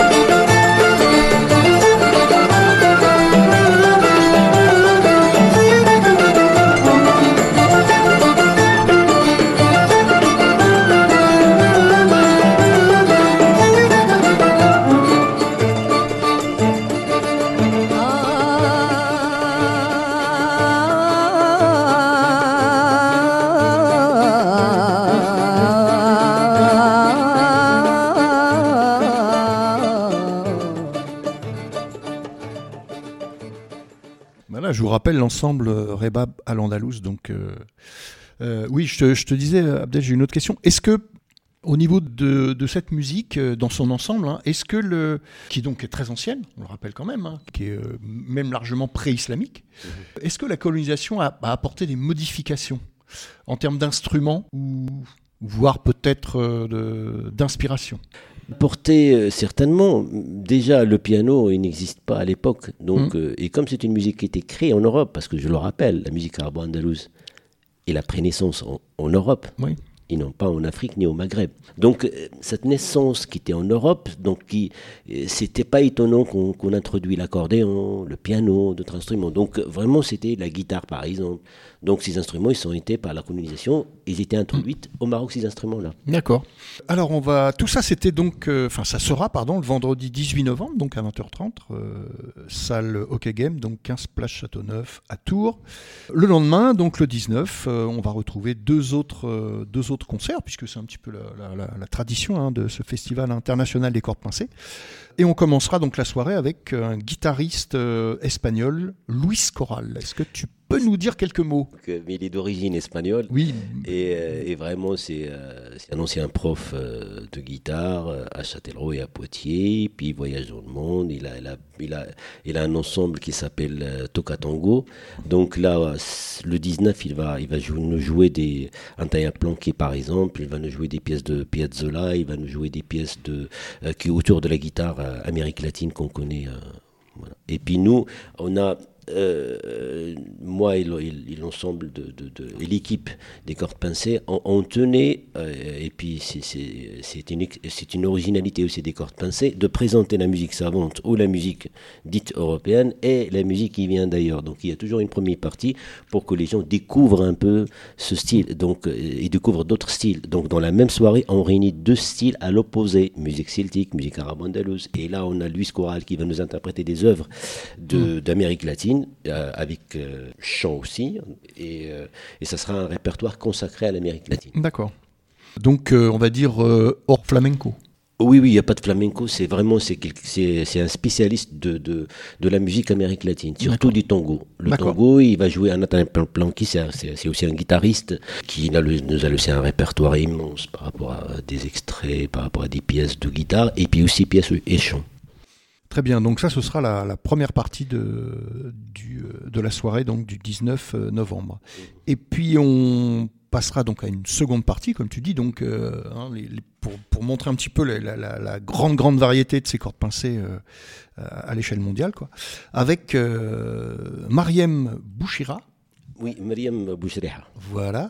Speaker 2: Je vous rappelle l'ensemble Rebab à l'Andalouse. Donc, euh, euh, oui, je te, je te disais, Abdel, j'ai une autre question. Est-ce que, au niveau de, de cette musique, dans son ensemble, hein, est-ce que le, qui donc est très ancienne, on le rappelle quand même, hein, qui est euh, même largement pré-islamique, mmh. est-ce que la colonisation a, a apporté des modifications en termes d'instruments ou voire peut-être euh, de, d'inspiration?
Speaker 3: Porté euh, certainement. Déjà, le piano, il n'existe pas à l'époque. Donc, mmh. euh, et comme c'est une musique qui était créée en Europe, parce que je le rappelle, la musique arabo-andalouse, elle a pris naissance en, en Europe.
Speaker 2: Oui.
Speaker 3: Et non pas en Afrique ni au Maghreb. Donc, euh, cette naissance qui était en Europe, donc qui, euh, c'était pas étonnant qu'on, qu'on introduit l'accordéon, le piano, d'autres instruments. Donc, vraiment, c'était la guitare, par exemple. Donc, ces instruments, ils ont été, par la colonisation, ils étaient introduits mmh. au Maroc, ces instruments-là.
Speaker 2: D'accord. Alors, on va... Tout ça, c'était donc... Enfin, euh, ça sera, pardon, le vendredi dix-huit novembre, donc à vingt heures trente, euh, salle Hockey Game, donc quinze place Châteauneuf, à Tours. Le lendemain, donc le dix-neuf, euh, on va retrouver deux autres, euh, deux autres concerts, puisque c'est un petit peu la, la, la, la tradition hein, de ce festival international des cordes pincées. Et on commencera donc la soirée avec un guitariste euh, espagnol, Luis Corral. Est-ce que tu peux nous dire quelques mots?
Speaker 3: Mais il est d'origine espagnole.
Speaker 2: Oui.
Speaker 3: Et, euh, et vraiment, c'est, euh, c'est un ancien prof euh, de guitare euh, à Châtellerault et à Poitiers. Puis il voyage dans le monde. Il a, il a, il a, il a un ensemble qui s'appelle euh, Toca Tango. Donc là, le dix-neuf, il va, il va jou- nous jouer des Antaya Planqué, par exemple. Il va nous jouer des pièces de Piazzolla. Il va nous jouer des pièces de, euh, qui autour de la guitare euh, Amérique latine qu'on connaît. Euh, voilà. Et puis nous, on a Euh, moi et, et, et l'ensemble de, de, de et l'équipe des cordes pincées, on, on tenait, euh, et puis c'est, c'est, c'est, une, c'est une originalité aussi des cordes pincées, de présenter la musique savante ou la musique dite européenne et la musique qui vient d'ailleurs. Donc il y a toujours une première partie pour que les gens découvrent un peu ce style, donc et découvrent d'autres styles. Donc dans la même soirée, on réunit deux styles à l'opposé, musique celtique, musique arabo-andalouse. Et là, on a Luis Corral qui va nous interpréter des œuvres de, mmh. d'Amérique latine. Euh, avec euh, chant aussi, et, euh, et ça sera un répertoire consacré à l'Amérique latine.
Speaker 2: D'accord. Donc euh, on va dire euh, hors flamenco.
Speaker 3: Oui, oui, il n'y a pas de flamenco, c'est vraiment c'est, c'est, c'est un spécialiste de, de, de la musique Amérique latine, surtout D'accord. du tango. Le D'accord. tango, il va jouer un Nathan Planqui, c'est, c'est, c'est aussi un guitariste qui nous a laissé un répertoire immense par rapport à des extraits, par rapport à des pièces de guitare, et puis aussi pièces et chants.
Speaker 2: Très bien, donc ça ce sera la, la première partie de, du, de la soirée, donc du dix-neuf novembre. Et puis on passera donc à une seconde partie, comme tu dis, donc, euh, hein, les, les, pour, pour montrer un petit peu la, la, la, la grande, grande variété de ces cordes pincées euh, à l'échelle mondiale, quoi, avec euh, Mariem Bouchira.
Speaker 3: Oui, Mariem Bouchira.
Speaker 2: Voilà.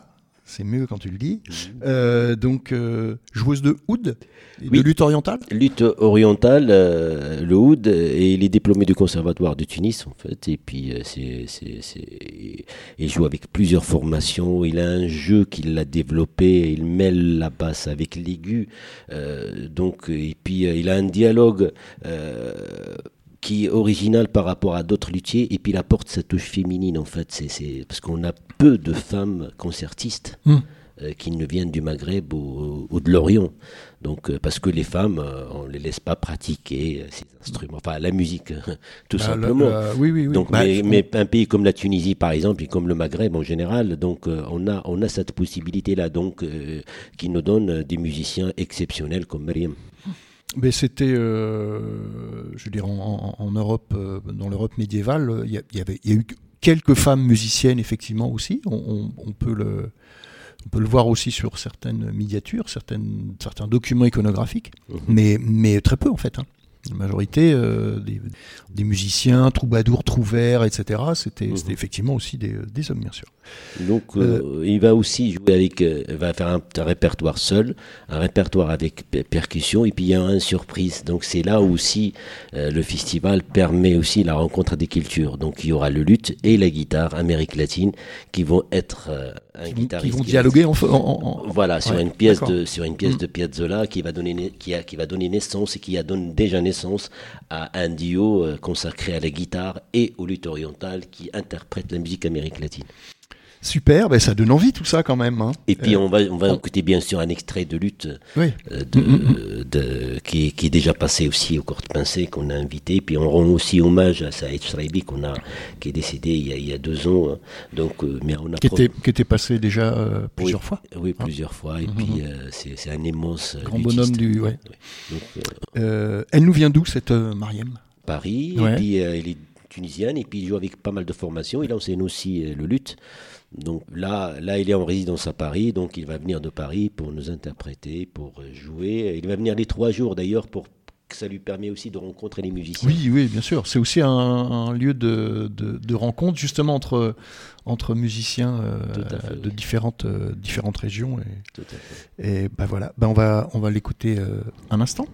Speaker 2: c'est mieux quand tu le dis.
Speaker 3: Mmh.
Speaker 2: Euh, donc, euh, joueuse de oud, et
Speaker 3: Oui.
Speaker 2: de lutte orientale.
Speaker 3: Lutte orientale, euh, le oud, et il est diplômé du conservatoire de Tunis en fait, et puis euh, c'est, c'est, c'est... il joue avec plusieurs formations, il a un jeu qu'il a développé, il mêle la basse avec l'aigu, euh, donc, et puis euh, il a un dialogue euh, qui est original par rapport à d'autres luthiers, et puis il apporte sa touche féminine en fait, c'est, c'est... parce qu'on a peu de femmes concertistes.
Speaker 2: Mmh.
Speaker 3: Euh, qui ne viennent du Maghreb ou, ou de l'Orient. Donc, euh, parce que les femmes, euh, on ne les laisse pas pratiquer euh, ces instruments, enfin la musique, tout
Speaker 2: Bah,
Speaker 3: simplement.
Speaker 2: le- le- oui, oui, oui.
Speaker 3: Donc,
Speaker 2: Bah,
Speaker 3: mais,
Speaker 2: on-
Speaker 3: mais un pays comme la Tunisie, par exemple, et comme le Maghreb en général, donc euh, on a on a cette possibilité-là, donc euh, qui nous donne euh, des musiciens exceptionnels comme Mariam.
Speaker 2: Mais c'était, euh, je veux dire, en, en- en Europe, euh, dans l'Europe médiévale, euh, il y, a- il y avait, il y a eu quelques femmes musiciennes effectivement aussi. On, on- on peut le, on peut le voir aussi sur certaines miniatures, certaines, certains documents iconographiques,
Speaker 3: Mhm.
Speaker 2: mais, mais très peu en fait. Hein. La majorité euh, des, des musiciens, troubadours, trouvères, et cetera. C'était,
Speaker 3: Mhm.
Speaker 2: c'était effectivement aussi des, des hommes, bien sûr.
Speaker 3: Donc, euh, il va aussi jouer avec, euh, va faire un, un répertoire seul, un répertoire avec p- percussion, et puis il y a un surprise. Donc, c'est là où aussi euh, le festival permet aussi la rencontre des cultures. Donc, il y aura le luth et la guitare Amérique latine qui vont être euh, un
Speaker 2: Qui,
Speaker 3: guitariste.
Speaker 2: qui vont
Speaker 3: qui va-
Speaker 2: dialoguer en, en- en-
Speaker 3: Voilà, sur
Speaker 2: Ouais,
Speaker 3: une pièce
Speaker 2: d'accord.
Speaker 3: de sur une pièce
Speaker 2: Mm.
Speaker 3: de Piazzolla qui va donner na- qui a qui va donner naissance et qui a donné déjà naissance à un duo euh, consacré à la guitare et au luth oriental qui interprète la musique Amérique latine.
Speaker 2: Super, ben ça donne envie tout ça quand même. Hein.
Speaker 3: Et puis
Speaker 2: Euh,
Speaker 3: on va on va
Speaker 2: on-
Speaker 3: écouter bien sûr un extrait de lutte
Speaker 2: oui.
Speaker 3: euh, de,
Speaker 2: Mm,
Speaker 3: de- qui, est- qui est déjà passé aussi au Cordes Pincées qu'on a invité. Puis on rend aussi hommage à Saïd Shraibi qu'on a qui est décédé il y a, il y a deux ans. hein. Donc euh, mais on a
Speaker 2: Qui
Speaker 3: pro-
Speaker 2: était, qui était passé déjà euh, plusieurs fois.
Speaker 3: oui plusieurs fois. Et
Speaker 2: Mhm.
Speaker 3: puis euh, c'est c'est un immense euh,
Speaker 2: Grand
Speaker 3: luthiste.
Speaker 2: bonhomme du. Ouais.
Speaker 3: Donc, euh,
Speaker 2: Euh, elle nous vient d'où cette euh, Mariam?
Speaker 3: Paris,
Speaker 2: Ouais.
Speaker 3: et puis euh, elle est tunisienne, et puis il joue avec pas mal de formations. Il enseigne aussi euh, le luth. Donc là, là, il est en résidence à Paris, donc il va venir de Paris pour nous interpréter, pour euh, jouer. Il va venir les trois jours d'ailleurs, pour que ça lui permet aussi de rencontrer les musiciens.
Speaker 2: Oui, oui, bien sûr. C'est aussi un, un lieu de, de, de rencontre justement entre, entre musiciens euh,
Speaker 3: Tout à fait,
Speaker 2: de
Speaker 3: oui.
Speaker 2: différentes, euh, différentes régions. Et,
Speaker 3: Tout à fait.
Speaker 2: et ben voilà, ben on va, on va l'écouter euh, un instant.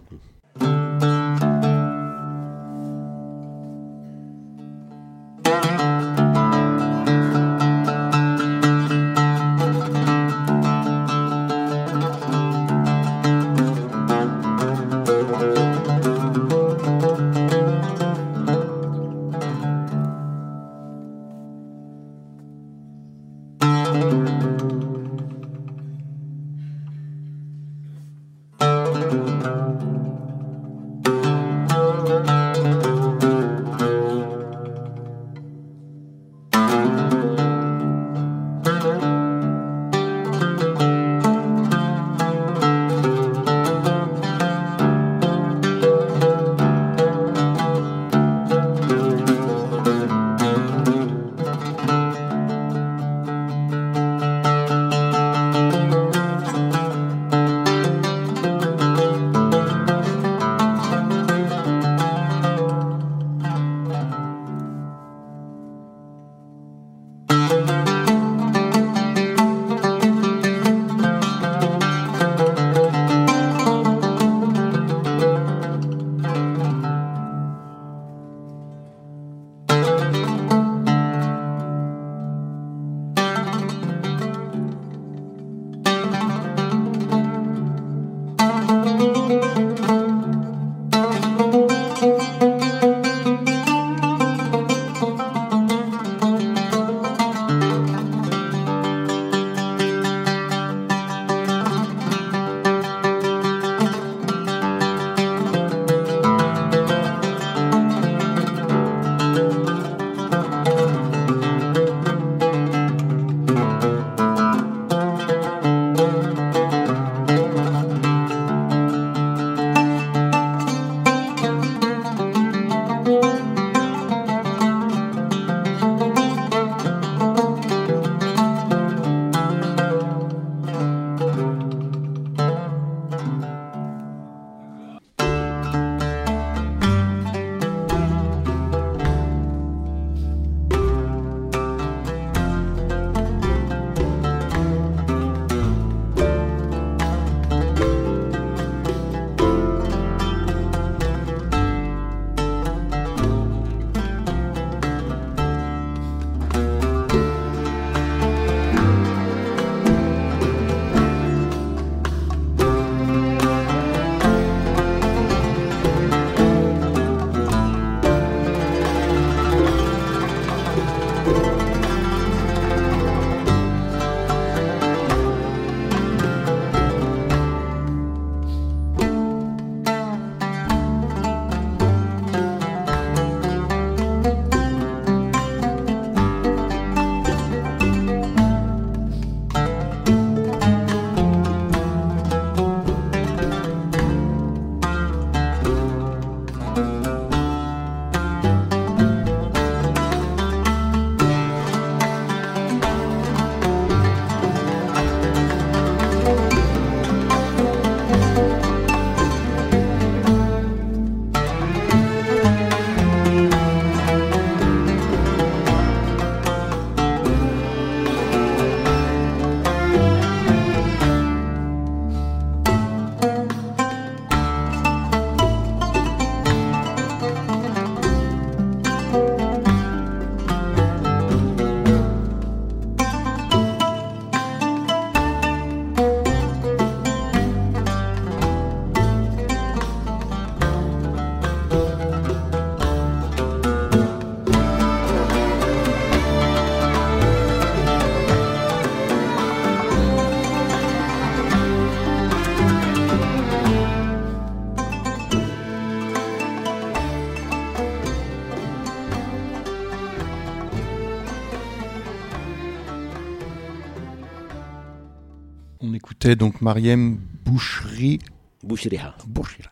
Speaker 2: écoutait donc Mariem Bouchri.
Speaker 3: Bouchriha.
Speaker 2: Bouchriha.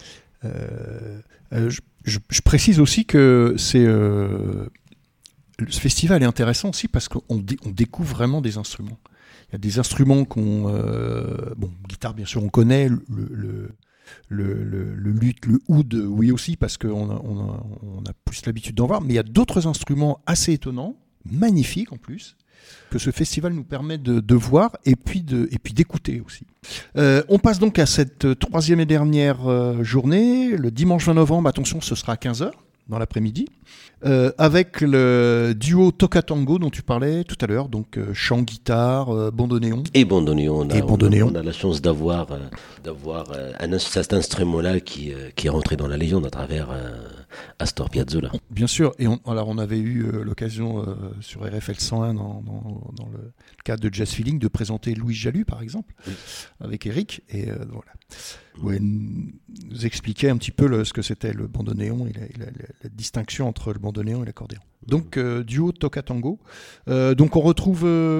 Speaker 2: Euh, euh, je, je, je précise aussi que c'est, euh, ce festival est intéressant aussi parce qu'on dé, on découvre vraiment des instruments. Il y a des instruments qu'on... Euh, bon, guitare, bien sûr, on connaît. Le, le, le, le, le luth, le oud, oui aussi, parce qu'on a, on a, on a plus l'habitude d'en voir. Mais il y a d'autres instruments assez étonnants, magnifiques en plus, que ce festival nous permet de, de voir et puis, de, et puis d'écouter aussi. Euh, on passe donc à cette troisième et dernière euh, journée, le dimanche vingt novembre. Attention, ce sera à quinze heures dans l'après-midi, euh, avec le duo Toca Tango dont tu parlais tout à l'heure, donc euh, chant, guitare, euh, bandoneon.
Speaker 3: Et bandoneon, on a,
Speaker 2: et bandoneon.
Speaker 3: On, a, on a la chance d'avoir, euh, d'avoir euh, un, cet instrument-là qui, euh, qui est rentré dans la légende à travers euh, Astor Piazzolla.
Speaker 2: Bien sûr, et on, alors on avait eu euh, l'occasion euh, sur R F L cent un dans, dans, dans le cadre de Jazz Feeling de présenter Louis Jalut par exemple, oui. avec Eric, et euh, voilà. Où elle nous expliquait un petit peu le, ce que c'était le bandoneon et la, la, la, la distinction entre le bandoneon et l'accordéon. Donc, euh, duo Toca Tango. Euh, donc, on retrouve euh,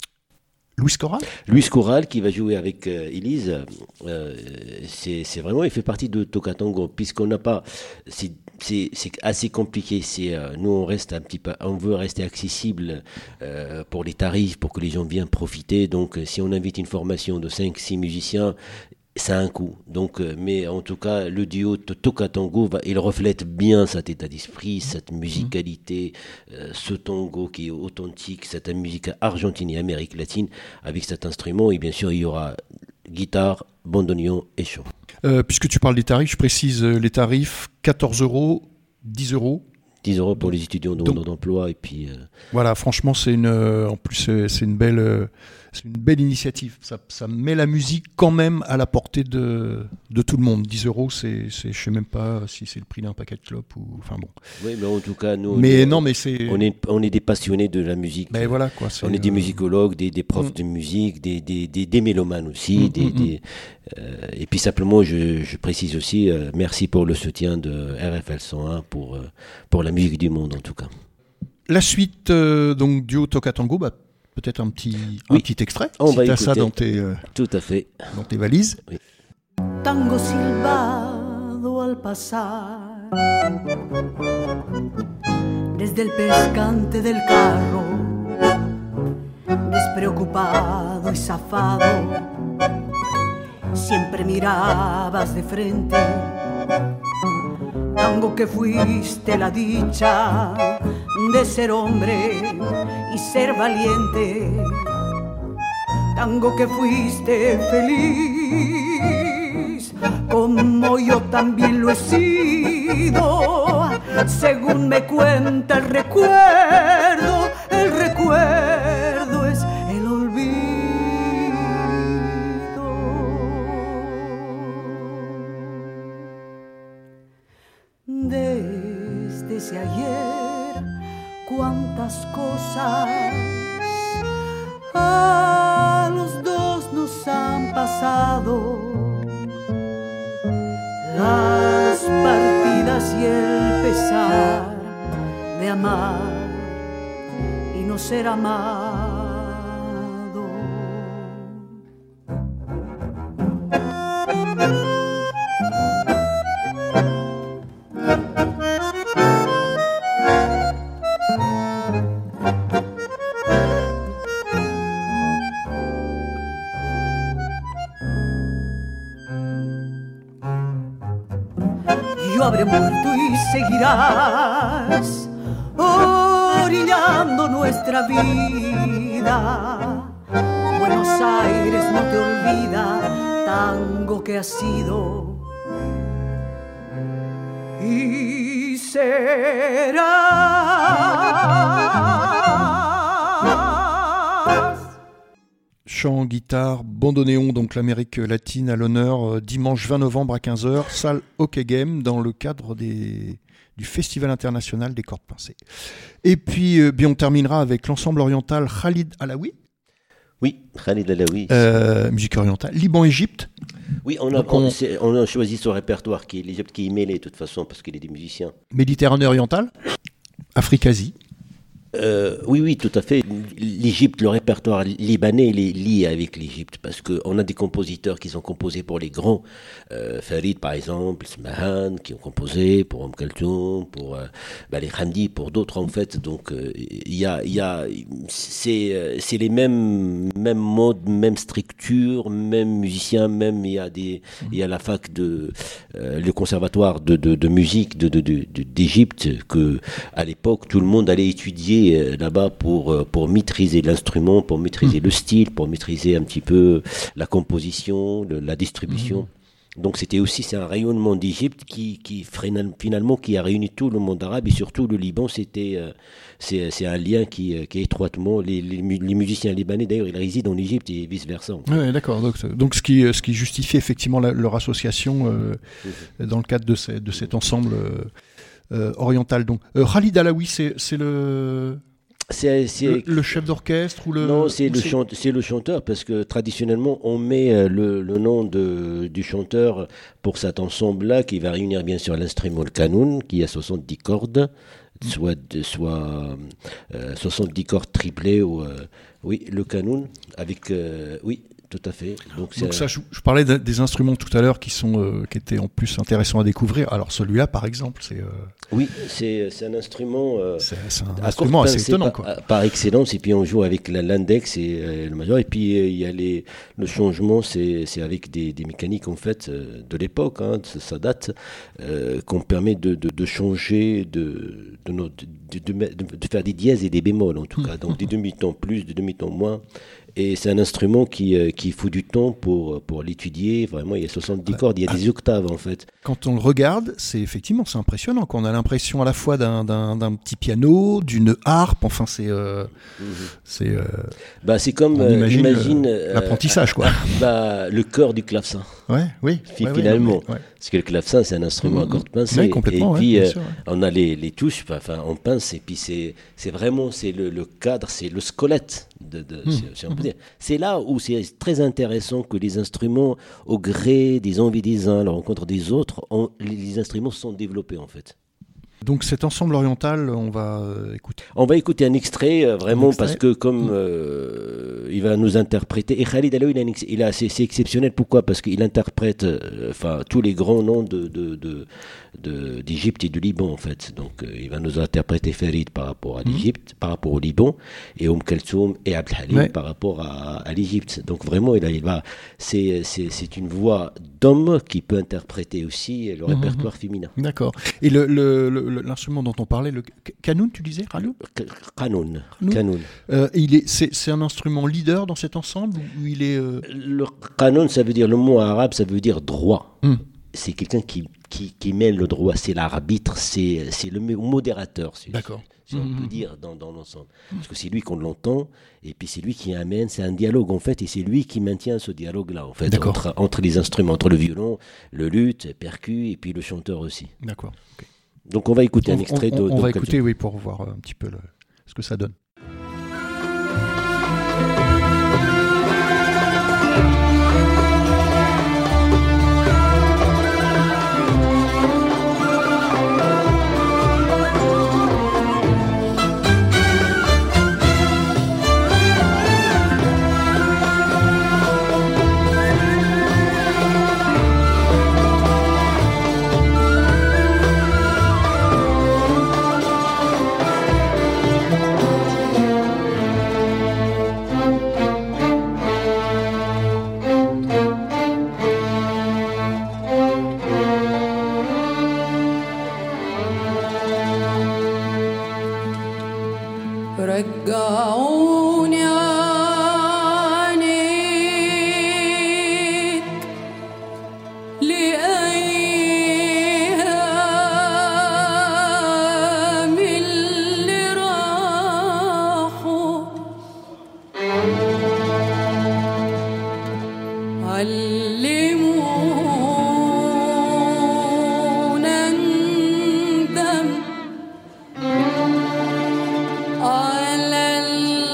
Speaker 2: Luis Corral.
Speaker 3: Luis Corral qui va jouer avec euh, Elise. Euh, c'est, c'est vraiment, il fait partie de Toca Tango, puisqu'on n'a pas. C'est, c'est, c'est assez compliqué. C'est, euh, nous, on reste un petit peu. On veut rester accessible euh, pour les tarifs, pour que les gens viennent profiter. Donc, si on invite une formation de cinq six musiciens, ça a un coût. Donc, euh, mais en tout cas, le duo Toca Tango, va, il reflète bien cet état d'esprit, cette musicalité, euh, ce tango qui est authentique, cette musique argentine et Amérique latine, avec cet instrument. Et bien sûr, il y aura guitare, bandoneon et chant.
Speaker 2: Euh, puisque tu parles des tarifs, je précise les tarifs, quatorze euros, dix euros.
Speaker 3: dix euros pour les étudiants d'emploi. Et puis, euh...
Speaker 2: voilà, franchement, c'est une, euh, en plus, c'est, c'est une belle... Euh, C'est une belle initiative. Ça, ça met la musique quand même à la portée de, de tout le monde. dix euros, c'est, c'est, je ne sais même pas si c'est le prix d'un paquet de clopes ou. Enfin bon.
Speaker 3: Oui, mais en tout cas, nous.
Speaker 2: Mais
Speaker 3: nous,
Speaker 2: non, mais c'est.
Speaker 3: On est, on est des passionnés de la musique.
Speaker 2: Mais voilà, quoi, c'est
Speaker 3: on est des
Speaker 2: euh...
Speaker 3: musicologues, des, des profs mmh. de musique, des, des, des, des mélomanes aussi.
Speaker 2: Mmh,
Speaker 3: des,
Speaker 2: mmh.
Speaker 3: des, euh, et puis simplement, je, je précise aussi, euh, merci pour le soutien de R F L cent un pour, euh, pour la musique du monde en tout cas.
Speaker 2: La suite, euh, donc, duo Toca Tango, bah, peut-être un petit, oui. un petit extrait,
Speaker 3: on
Speaker 2: si
Speaker 3: va
Speaker 2: tu as
Speaker 3: écouter.
Speaker 2: ça dans tes, euh,
Speaker 3: Tout à fait.
Speaker 2: dans tes valises.
Speaker 3: Oui.
Speaker 6: Tango silbado al pasar desde el pescante del carro, despreocupado y zafado, siempre mirabas de frente. Tango que fuiste la dicha de ser hombre y ser valiente. Tango que fuiste feliz, como yo también lo he sido. Según me cuenta el recuerdo, el recuerdo es el olvido. Desde ese ayer, cuántas cosas a los dos nos han pasado, las partidas y el pesar de amar y no ser amado. Yo habré muerto y seguirás orillando nuestra vida. Buenos Aires no te olvida, tango que has sido y serás.
Speaker 2: Chant, guitare, bandoneon, donc l'Amérique latine à l'honneur, euh, dimanche vingt novembre à quinze heures, salle Hockey Game, dans le cadre des, du Festival international des cordes pincées. Et puis, euh, bien, on terminera avec l'ensemble oriental Khalid Alaoui.
Speaker 3: Oui, Khalid Alaoui.
Speaker 2: Euh, musique orientale. Liban-Égypte.
Speaker 3: Oui, on a, on... on a choisi ce répertoire qui est l'Égypte qui est mêlé de toute façon parce qu'il est des musiciens.
Speaker 2: Méditerranée orientale. Afrique-Asie.
Speaker 3: Euh, oui, oui, tout à fait. L'Égypte, le répertoire libanais, il est lié avec l'Égypte parce qu'on a des compositeurs qui ont composé pour les grands. Euh, Farid, par exemple, Smahan, qui ont composé pour Om Kaltoum, pour euh, Bali Hamdi, pour d'autres en fait. Donc, il euh, y a, il y a, c'est, c'est les mêmes, mêmes modes, même structure, même musiciens, même il y a des, il y a la fac de, euh, le conservatoire de, de, de musique de, de, de, de, d'Égypte que à l'époque tout le monde allait étudier là-bas pour, pour maîtriser l'instrument, pour maîtriser mmh. le style, pour maîtriser un petit peu la composition, le, la distribution. Mmh. Donc c'était aussi c'est un rayonnement d'Égypte qui, qui finalement qui a réuni tout le monde arabe et surtout le Liban. C'était c'est, c'est un lien qui, qui est étroitement les, les, les musiciens libanais d'ailleurs ils résident en Égypte et vice versa.
Speaker 2: Ouais, d'accord. Donc, donc ce qui ce qui justifie effectivement la, leur association euh, mmh. dans le cadre de, ces, de cet ensemble. Euh, Euh, oriental donc. Euh, Khalid Alaoui, c'est, c'est le...
Speaker 3: C'est, c'est...
Speaker 2: Le, le chef d'orchestre ou le...
Speaker 3: Non, c'est,
Speaker 2: ou
Speaker 3: le,
Speaker 2: c'est...
Speaker 3: Chante, c'est le chanteur parce que traditionnellement on met le, le nom de, du chanteur pour cet ensemble-là qui va réunir bien sûr l'instrument le kanoun qui a soixante-dix cordes, soit, soit euh, soixante-dix cordes triplées ou euh, oui le kanoun avec euh, oui. Tout à fait. Donc,
Speaker 2: Donc ça, je, je parlais de, des instruments tout à l'heure qui sont, euh, qui étaient en plus intéressants à découvrir. Alors celui-là, par exemple, c'est. Euh...
Speaker 3: Oui, c'est, c'est un instrument. Euh,
Speaker 2: c'est, c'est un instrument assez étonnant,
Speaker 3: par,
Speaker 2: quoi.
Speaker 3: Par excellence. Et puis on joue avec la, l'index et euh, le majeur. Et puis il euh, y a les, le changement, c'est, c'est avec des, des mécaniques en fait euh, de l'époque. Hein, ça date, euh, qu'on permet de, de, de changer, de, de, de, de, de, de faire des dièses et des bémols en tout cas. Donc des demi-tons plus, des demi-tons moins. Et c'est un instrument qui, euh, qui faut du temps pour, pour l'étudier. Vraiment, il y a soixante-dix ouais. cordes, il y a ah. des octaves en fait.
Speaker 2: Quand on le regarde, c'est effectivement c'est impressionnant. On a l'impression à la fois d'un, d'un, d'un petit piano, d'une harpe. Enfin, c'est euh, mm-hmm. c'est. Euh,
Speaker 3: bah, c'est comme
Speaker 2: on imagine,
Speaker 3: imagine
Speaker 2: euh, l'apprentissage, quoi.
Speaker 3: Bah, le cœur du clavecin.
Speaker 2: Ouais, oui.
Speaker 3: Finalement,
Speaker 2: ouais, ouais, ouais.
Speaker 3: parce que le clavecin c'est un instrument mmh, à cordes pincées.
Speaker 2: Ouais, complètement,
Speaker 3: et puis
Speaker 2: ouais,
Speaker 3: euh,
Speaker 2: sûr, ouais.
Speaker 3: on a les, les touches, enfin on pince et puis c'est c'est vraiment c'est le, le cadre, c'est le squelette. De, de, mmh. si, si on peut dire. C'est là où c'est très intéressant que les instruments, au gré des envies des uns, la rencontre des autres, on, les, les instruments se sont développés en fait.
Speaker 2: Donc cet ensemble oriental, on va euh, écouter.
Speaker 3: On va écouter un extrait euh, vraiment un extrait. Parce que comme
Speaker 2: mmh.
Speaker 3: euh, il va nous interpréter. Et Khalid Alaoui, il a, il a c'est, c'est exceptionnel. Pourquoi ? Parce qu'il interprète, enfin euh, tous les grands noms de, de, de, de d'Égypte et du Liban en fait. Donc euh, il va nous interpréter Farid par rapport à l'Égypte, mmh. par rapport au Liban, et Om Kaltoum et Abd Halim ouais. par rapport à, à l'Égypte. Donc vraiment, il, a, il va, c'est, c'est, c'est une voix d'homme qui peut interpréter aussi le répertoire mmh. féminin.
Speaker 2: D'accord. Et le, le, le l'instrument dont on parlait, le kanoun, tu disais, Kanoun
Speaker 3: Kanoun. Kanoun.
Speaker 2: Euh, il est, c'est, c'est un instrument leader dans cet ensemble ou il est euh...
Speaker 3: Le kanoun, ça veut dire, le mot arabe, ça veut dire droit.
Speaker 2: Mm.
Speaker 3: C'est quelqu'un qui, qui, qui mêle le droit, c'est l'arbitre, c'est, c'est le modérateur. C'est,
Speaker 2: D'accord.
Speaker 3: Si on mm-hmm. peut dire dans, dans l'ensemble. Parce que c'est lui qu'on l'entend, et puis c'est lui qui amène, c'est un dialogue en fait, et c'est lui qui maintient ce dialogue-là en fait, entre, entre les instruments, entre le violon, le luth, le percu, et puis le chanteur aussi.
Speaker 2: D'accord. Okay.
Speaker 3: Donc on va écouter
Speaker 2: on,
Speaker 3: un extrait
Speaker 2: on,
Speaker 3: de...
Speaker 2: On
Speaker 3: de
Speaker 2: va écouter, oui, pour voir un petit peu le, ce que ça donne.
Speaker 7: رجعوني عنيك لأيام اللي راحوا علمونا ندم على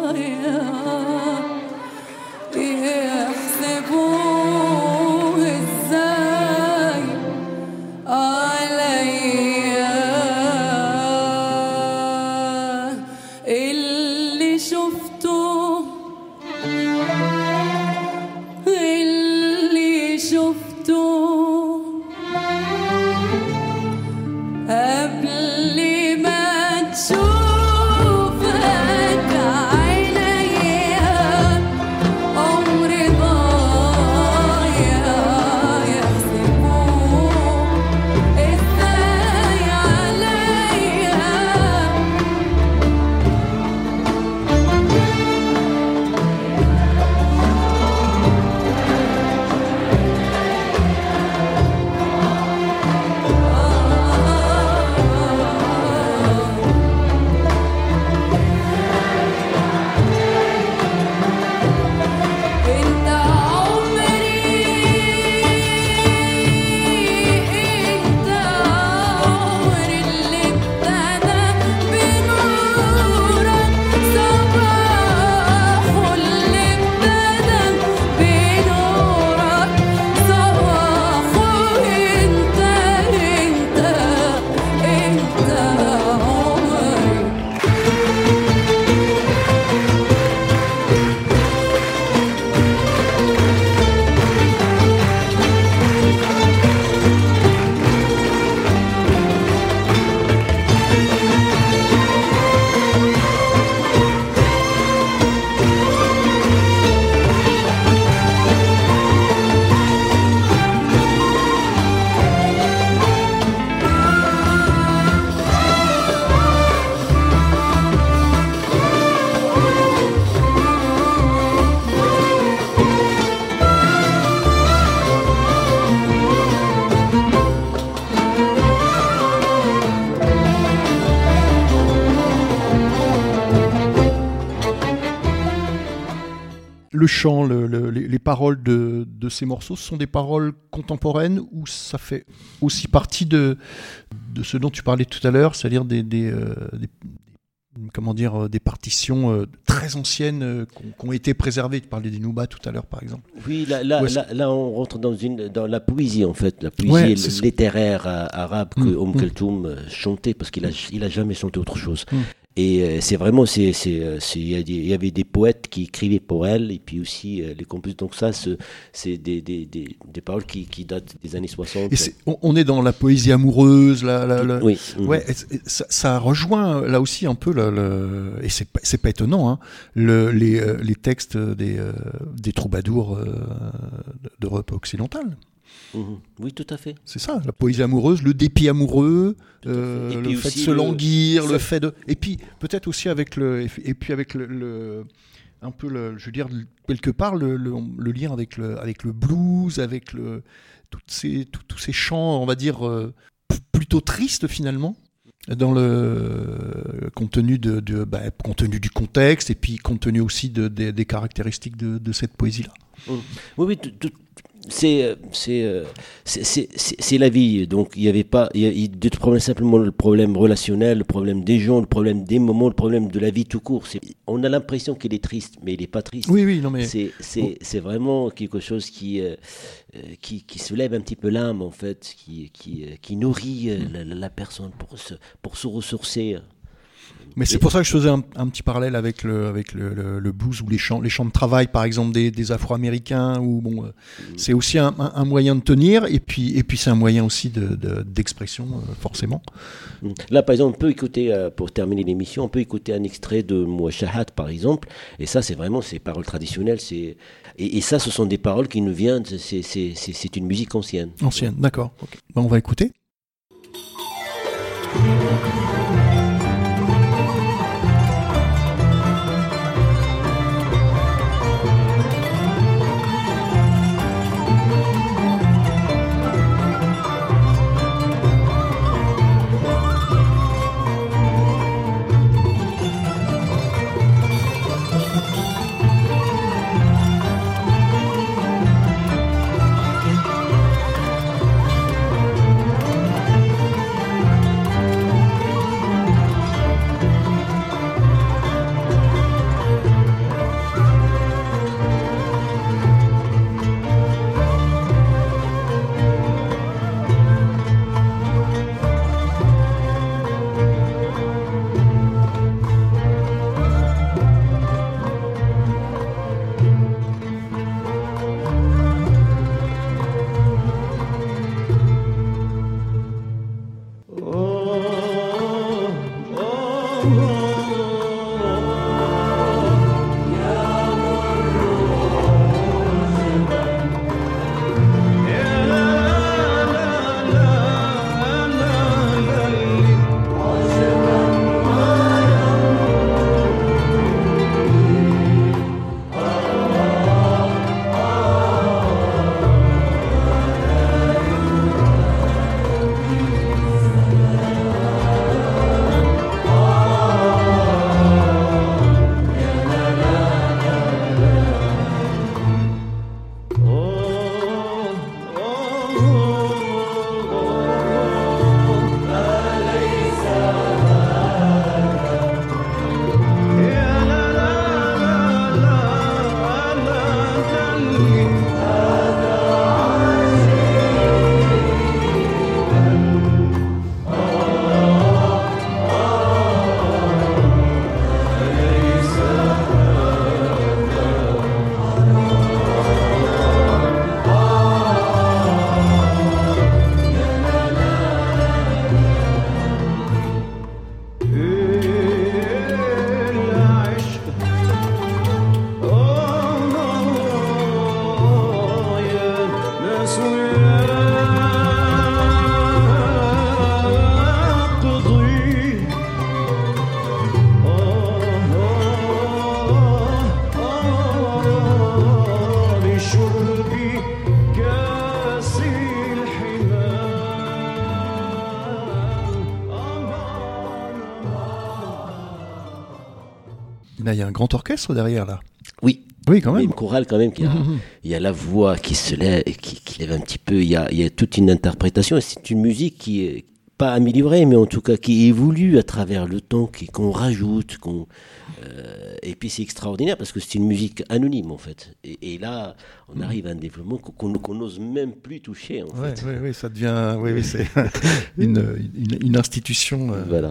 Speaker 2: Le chant, le, le, les, les paroles de, de ces morceaux, ce sont des paroles contemporaines ou ça fait aussi partie de, de ce dont tu parlais tout à l'heure, c'est-à-dire des, des, euh, des, comment dire, des partitions euh, très anciennes euh, qui ont été préservées. Tu parlais des Nouba tout à l'heure, par exemple.
Speaker 3: Oui, là, là, là, là on rentre dans, une, dans la poésie, en fait, la poésie
Speaker 2: Ouais,
Speaker 3: littéraire euh, arabe que
Speaker 2: Mmh,
Speaker 3: Oum
Speaker 2: mmh.
Speaker 3: Kulthum chantait, parce qu'il a, il a jamais chanté autre chose.
Speaker 2: Mmh.
Speaker 3: Et euh, c'est vraiment, c'est, c'est, euh, c'est, il y a des- il y avait des poètes qui écrivaient pour elle, et puis aussi euh, les compositeurs. Donc ça, ce- c'est des, des, des, des paroles qui, qui datent des années soixante.
Speaker 2: Et c'est- on, on est dans la poésie amoureuse, la, la, la-
Speaker 3: Oui. mhm.
Speaker 2: Ouais, et- et ça, ça rejoint là aussi un peu le, le- et c'est pas, c'est pas étonnant, hein, le, les, euh, les textes des, euh, des troubadours euh, d'Europe occidentale.
Speaker 3: Mhm. Oui, tout à fait.
Speaker 2: C'est ça, la poésie amoureuse, le dépit amoureux,
Speaker 3: Tout à fait.
Speaker 2: euh,
Speaker 3: Et
Speaker 2: le
Speaker 3: puis
Speaker 2: fait de
Speaker 3: aussi
Speaker 2: se
Speaker 3: le-
Speaker 2: languir,
Speaker 3: ça-
Speaker 2: le fait de, et puis peut-être aussi avec le, et puis avec le, le- un peu le, je veux dire quelque part le, le, le lien avec le, avec le blues, avec le, toutes ces, tout- tous ces chants, on va dire euh, p- plutôt tristes finalement, dans le compte tenu de, de bah, compte tenu du contexte et puis compte tenu aussi de, des- des caractéristiques de, de cette poésie-là.
Speaker 3: Mhm. Oui, oui, tout- tout- c'est, euh, c'est, euh, c'est, c'est, c'est- c'est la vie. Donc, il n'y avait pas, il y a, il y a deux problèmes, simplement le problème relationnel, le problème des gens, le problème des moments, le problème de la vie tout court. C'est, on a l'impression qu'il est triste, mais il n'est pas triste.
Speaker 2: Oui, oui, non mais
Speaker 3: C'est, c'est, c'est vraiment quelque chose qui, euh, euh, qui, qui soulève un petit peu l'âme, en fait, qui, qui, euh, qui nourrit euh, la, la- la personne pour se, pour se ressourcer.
Speaker 2: Mais c'est pour ça que je faisais un, un petit parallèle avec le, avec le, le, le blues ou les chants, les chants de travail, par exemple, des, des Afro-Américains, où bon, euh, c'est aussi un, un, un moyen de tenir, et puis, et puis c'est un moyen aussi de, de, d'expression, euh, forcément.
Speaker 3: Mm. Là, par exemple, on peut écouter, euh, pour terminer l'émission, on peut écouter un extrait de Mouachahat, par exemple, et ça, c'est vraiment ces paroles traditionnelles, c'est... Et, et ça, ce sont des paroles qui nous viennent, c'est, c'est, c'est, c'est une musique ancienne.
Speaker 2: Ancienne, d'accord. Ok. Ben, on va écouter.
Speaker 4: يا
Speaker 2: Là, il y a un grand orchestre derrière, là.
Speaker 3: Oui.
Speaker 2: Oui, quand
Speaker 3: Il y a
Speaker 2: même.
Speaker 3: une chorale quand même, qui a,
Speaker 2: Mhm.
Speaker 3: il y a la voix qui se lève, qui, qui lève un petit peu, il y a, il y a toute une interprétation, c'est une musique qui est pas améliorée, mais en tout cas qui évolue à travers le temps, qui, qu'on rajoute, qu'on, euh, et puis c'est extraordinaire parce que c'est une musique anonyme en fait. Et, et là, on arrive à un développement qu'on qu'on n'ose même plus toucher en
Speaker 2: Ouais,
Speaker 3: fait.
Speaker 2: ouais, ouais, ça devient, oui, oui, c'est une, une, une institution. euh.
Speaker 3: Voilà.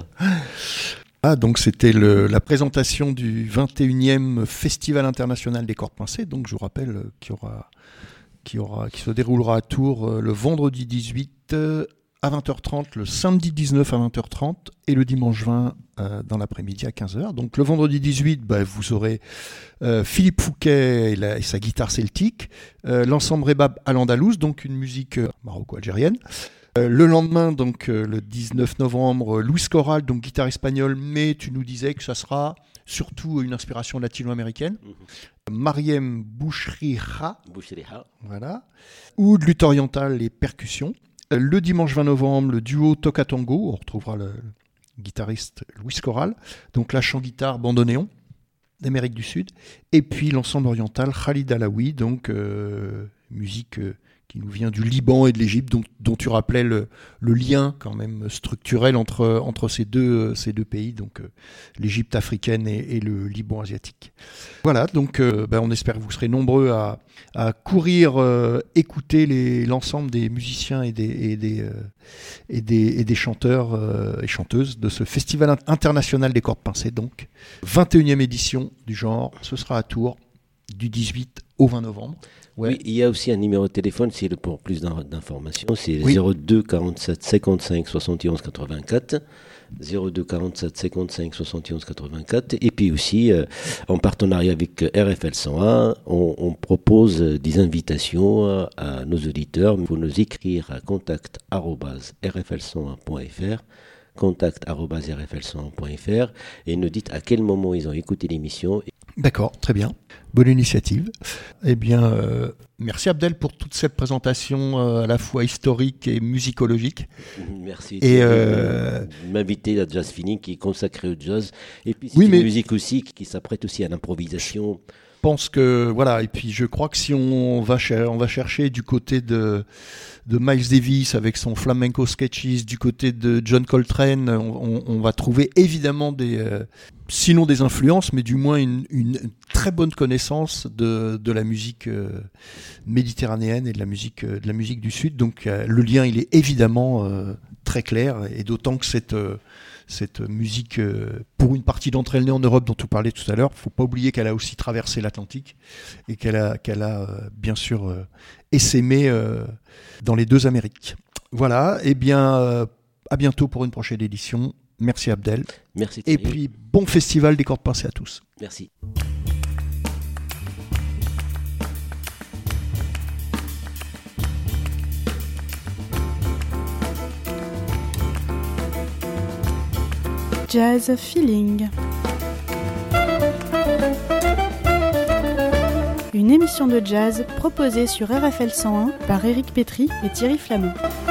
Speaker 2: Ah, donc c'était le, la présentation du vingt et unième Festival international des cordes pincées. Donc je vous rappelle euh, qui aura, qui aura, qui se déroulera à Tours euh, le vendredi dix-huit euh, à vingt heures trente, le samedi dix-neuf à vingt heures trente et le dimanche vingt euh, dans l'après-midi à quinze heures. Donc le vendredi dix-huit, bah, vous aurez euh, Philippe Fouquet et, la, et sa guitare celtique, euh, l'ensemble Rebab à l'Andalouse, donc une musique euh, maroco-algérienne. Euh, le lendemain, donc euh, le dix-neuf novembre, Luis Corral, donc guitare espagnole, mais tu nous disais que ça sera surtout une inspiration latino-américaine.
Speaker 3: Mhm.
Speaker 2: Mariem Bouchriha,
Speaker 3: Bouchriha.
Speaker 2: voilà, ou de lutte orientale et percussions. Euh, Le dimanche vingt novembre, le duo Toca Tango, on retrouvera le guitariste Luis Corral, donc la chant-guitare bandoneon d'Amérique du Sud, et puis l'ensemble oriental Khalid Alaoui, donc euh, musique euh, qui nous vient du Liban et de l'Égypte, dont, dont tu rappelais le, le lien quand même structurel entre, entre ces, deux, ces deux pays, donc euh, l'Égypte africaine et, et le Liban asiatique. Voilà, donc euh, ben, on espère que vous serez nombreux à, à courir, euh, écouter les, l'ensemble des musiciens et des, et des, euh, et des, et des chanteurs euh, et chanteuses de ce Festival international des cordes pincées, donc vingt et unième édition du genre, ce sera à Tours du dix-huit au vingt novembre. Ouais.
Speaker 3: Oui, il y a aussi un numéro de téléphone, c'est le- pour plus d'in- d'informations, c'est
Speaker 2: Oui.
Speaker 3: zéro deux quarante-sept cinquante-cinq soixante et onze quatre-vingt-quatre. zéro deux quarante-sept cinquante-cinq soixante et onze quatre-vingt-quatre. Et puis aussi, euh, en partenariat avec euh, R F L cent un, on, on propose euh, des invitations à, à nos auditeurs. Il faut nous écrire à contact arobase r f l cent un point f r contact arobase r f l cent un point f r et nous dites à quel moment ils ont écouté l'émission.
Speaker 2: D'accord, très bien. Bonne initiative. Eh bien, euh, merci Abdel pour toute cette présentation euh, à la fois historique et musicologique.
Speaker 3: Merci
Speaker 2: Et
Speaker 3: de
Speaker 2: euh,
Speaker 3: m'inviter à Jazz Feeling qui est consacré au jazz. Et puis c'est
Speaker 2: Oui,
Speaker 3: une
Speaker 2: mais-
Speaker 3: musique aussi qui, qui s'apprête aussi à l'improvisation.
Speaker 2: Je pense que voilà, et puis je crois que si on va, cher- on va chercher du côté de, de Miles Davis avec son flamenco sketches, du côté de John Coltrane, on, on- on va trouver évidemment des, euh, sinon des influences, mais du moins une, une très bonne connaissance de, de la musique euh, méditerranéenne et de la musique, euh, de la musique du Sud. Donc euh, le lien, il est évidemment euh, très clair, et d'autant que cette euh, cette musique, euh, pour une partie d'entre elles née en Europe dont tu parlais tout à l'heure, il ne faut pas oublier qu'elle a aussi traversé l'Atlantique et qu'elle a, qu'elle a euh, bien sûr euh, essaimé euh, dans les deux Amériques. Voilà, et bien euh, à bientôt pour une prochaine édition. Merci Abdel.
Speaker 3: Merci
Speaker 2: Et
Speaker 3: Thierry.
Speaker 2: puis bon festival des cordes pincées à tous.
Speaker 3: Merci.
Speaker 1: Jazz Feeling. Une émission de jazz proposée sur R F L cent un par Éric Pétry et Thierry Flamand.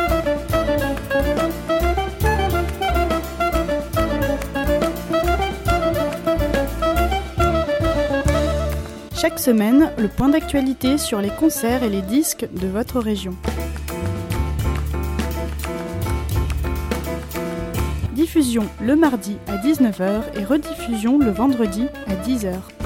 Speaker 1: Chaque semaine, le point d'actualité sur les concerts et les disques de votre région. Diffusion le mardi à dix-neuf heures et rediffusion le vendredi à dix heures.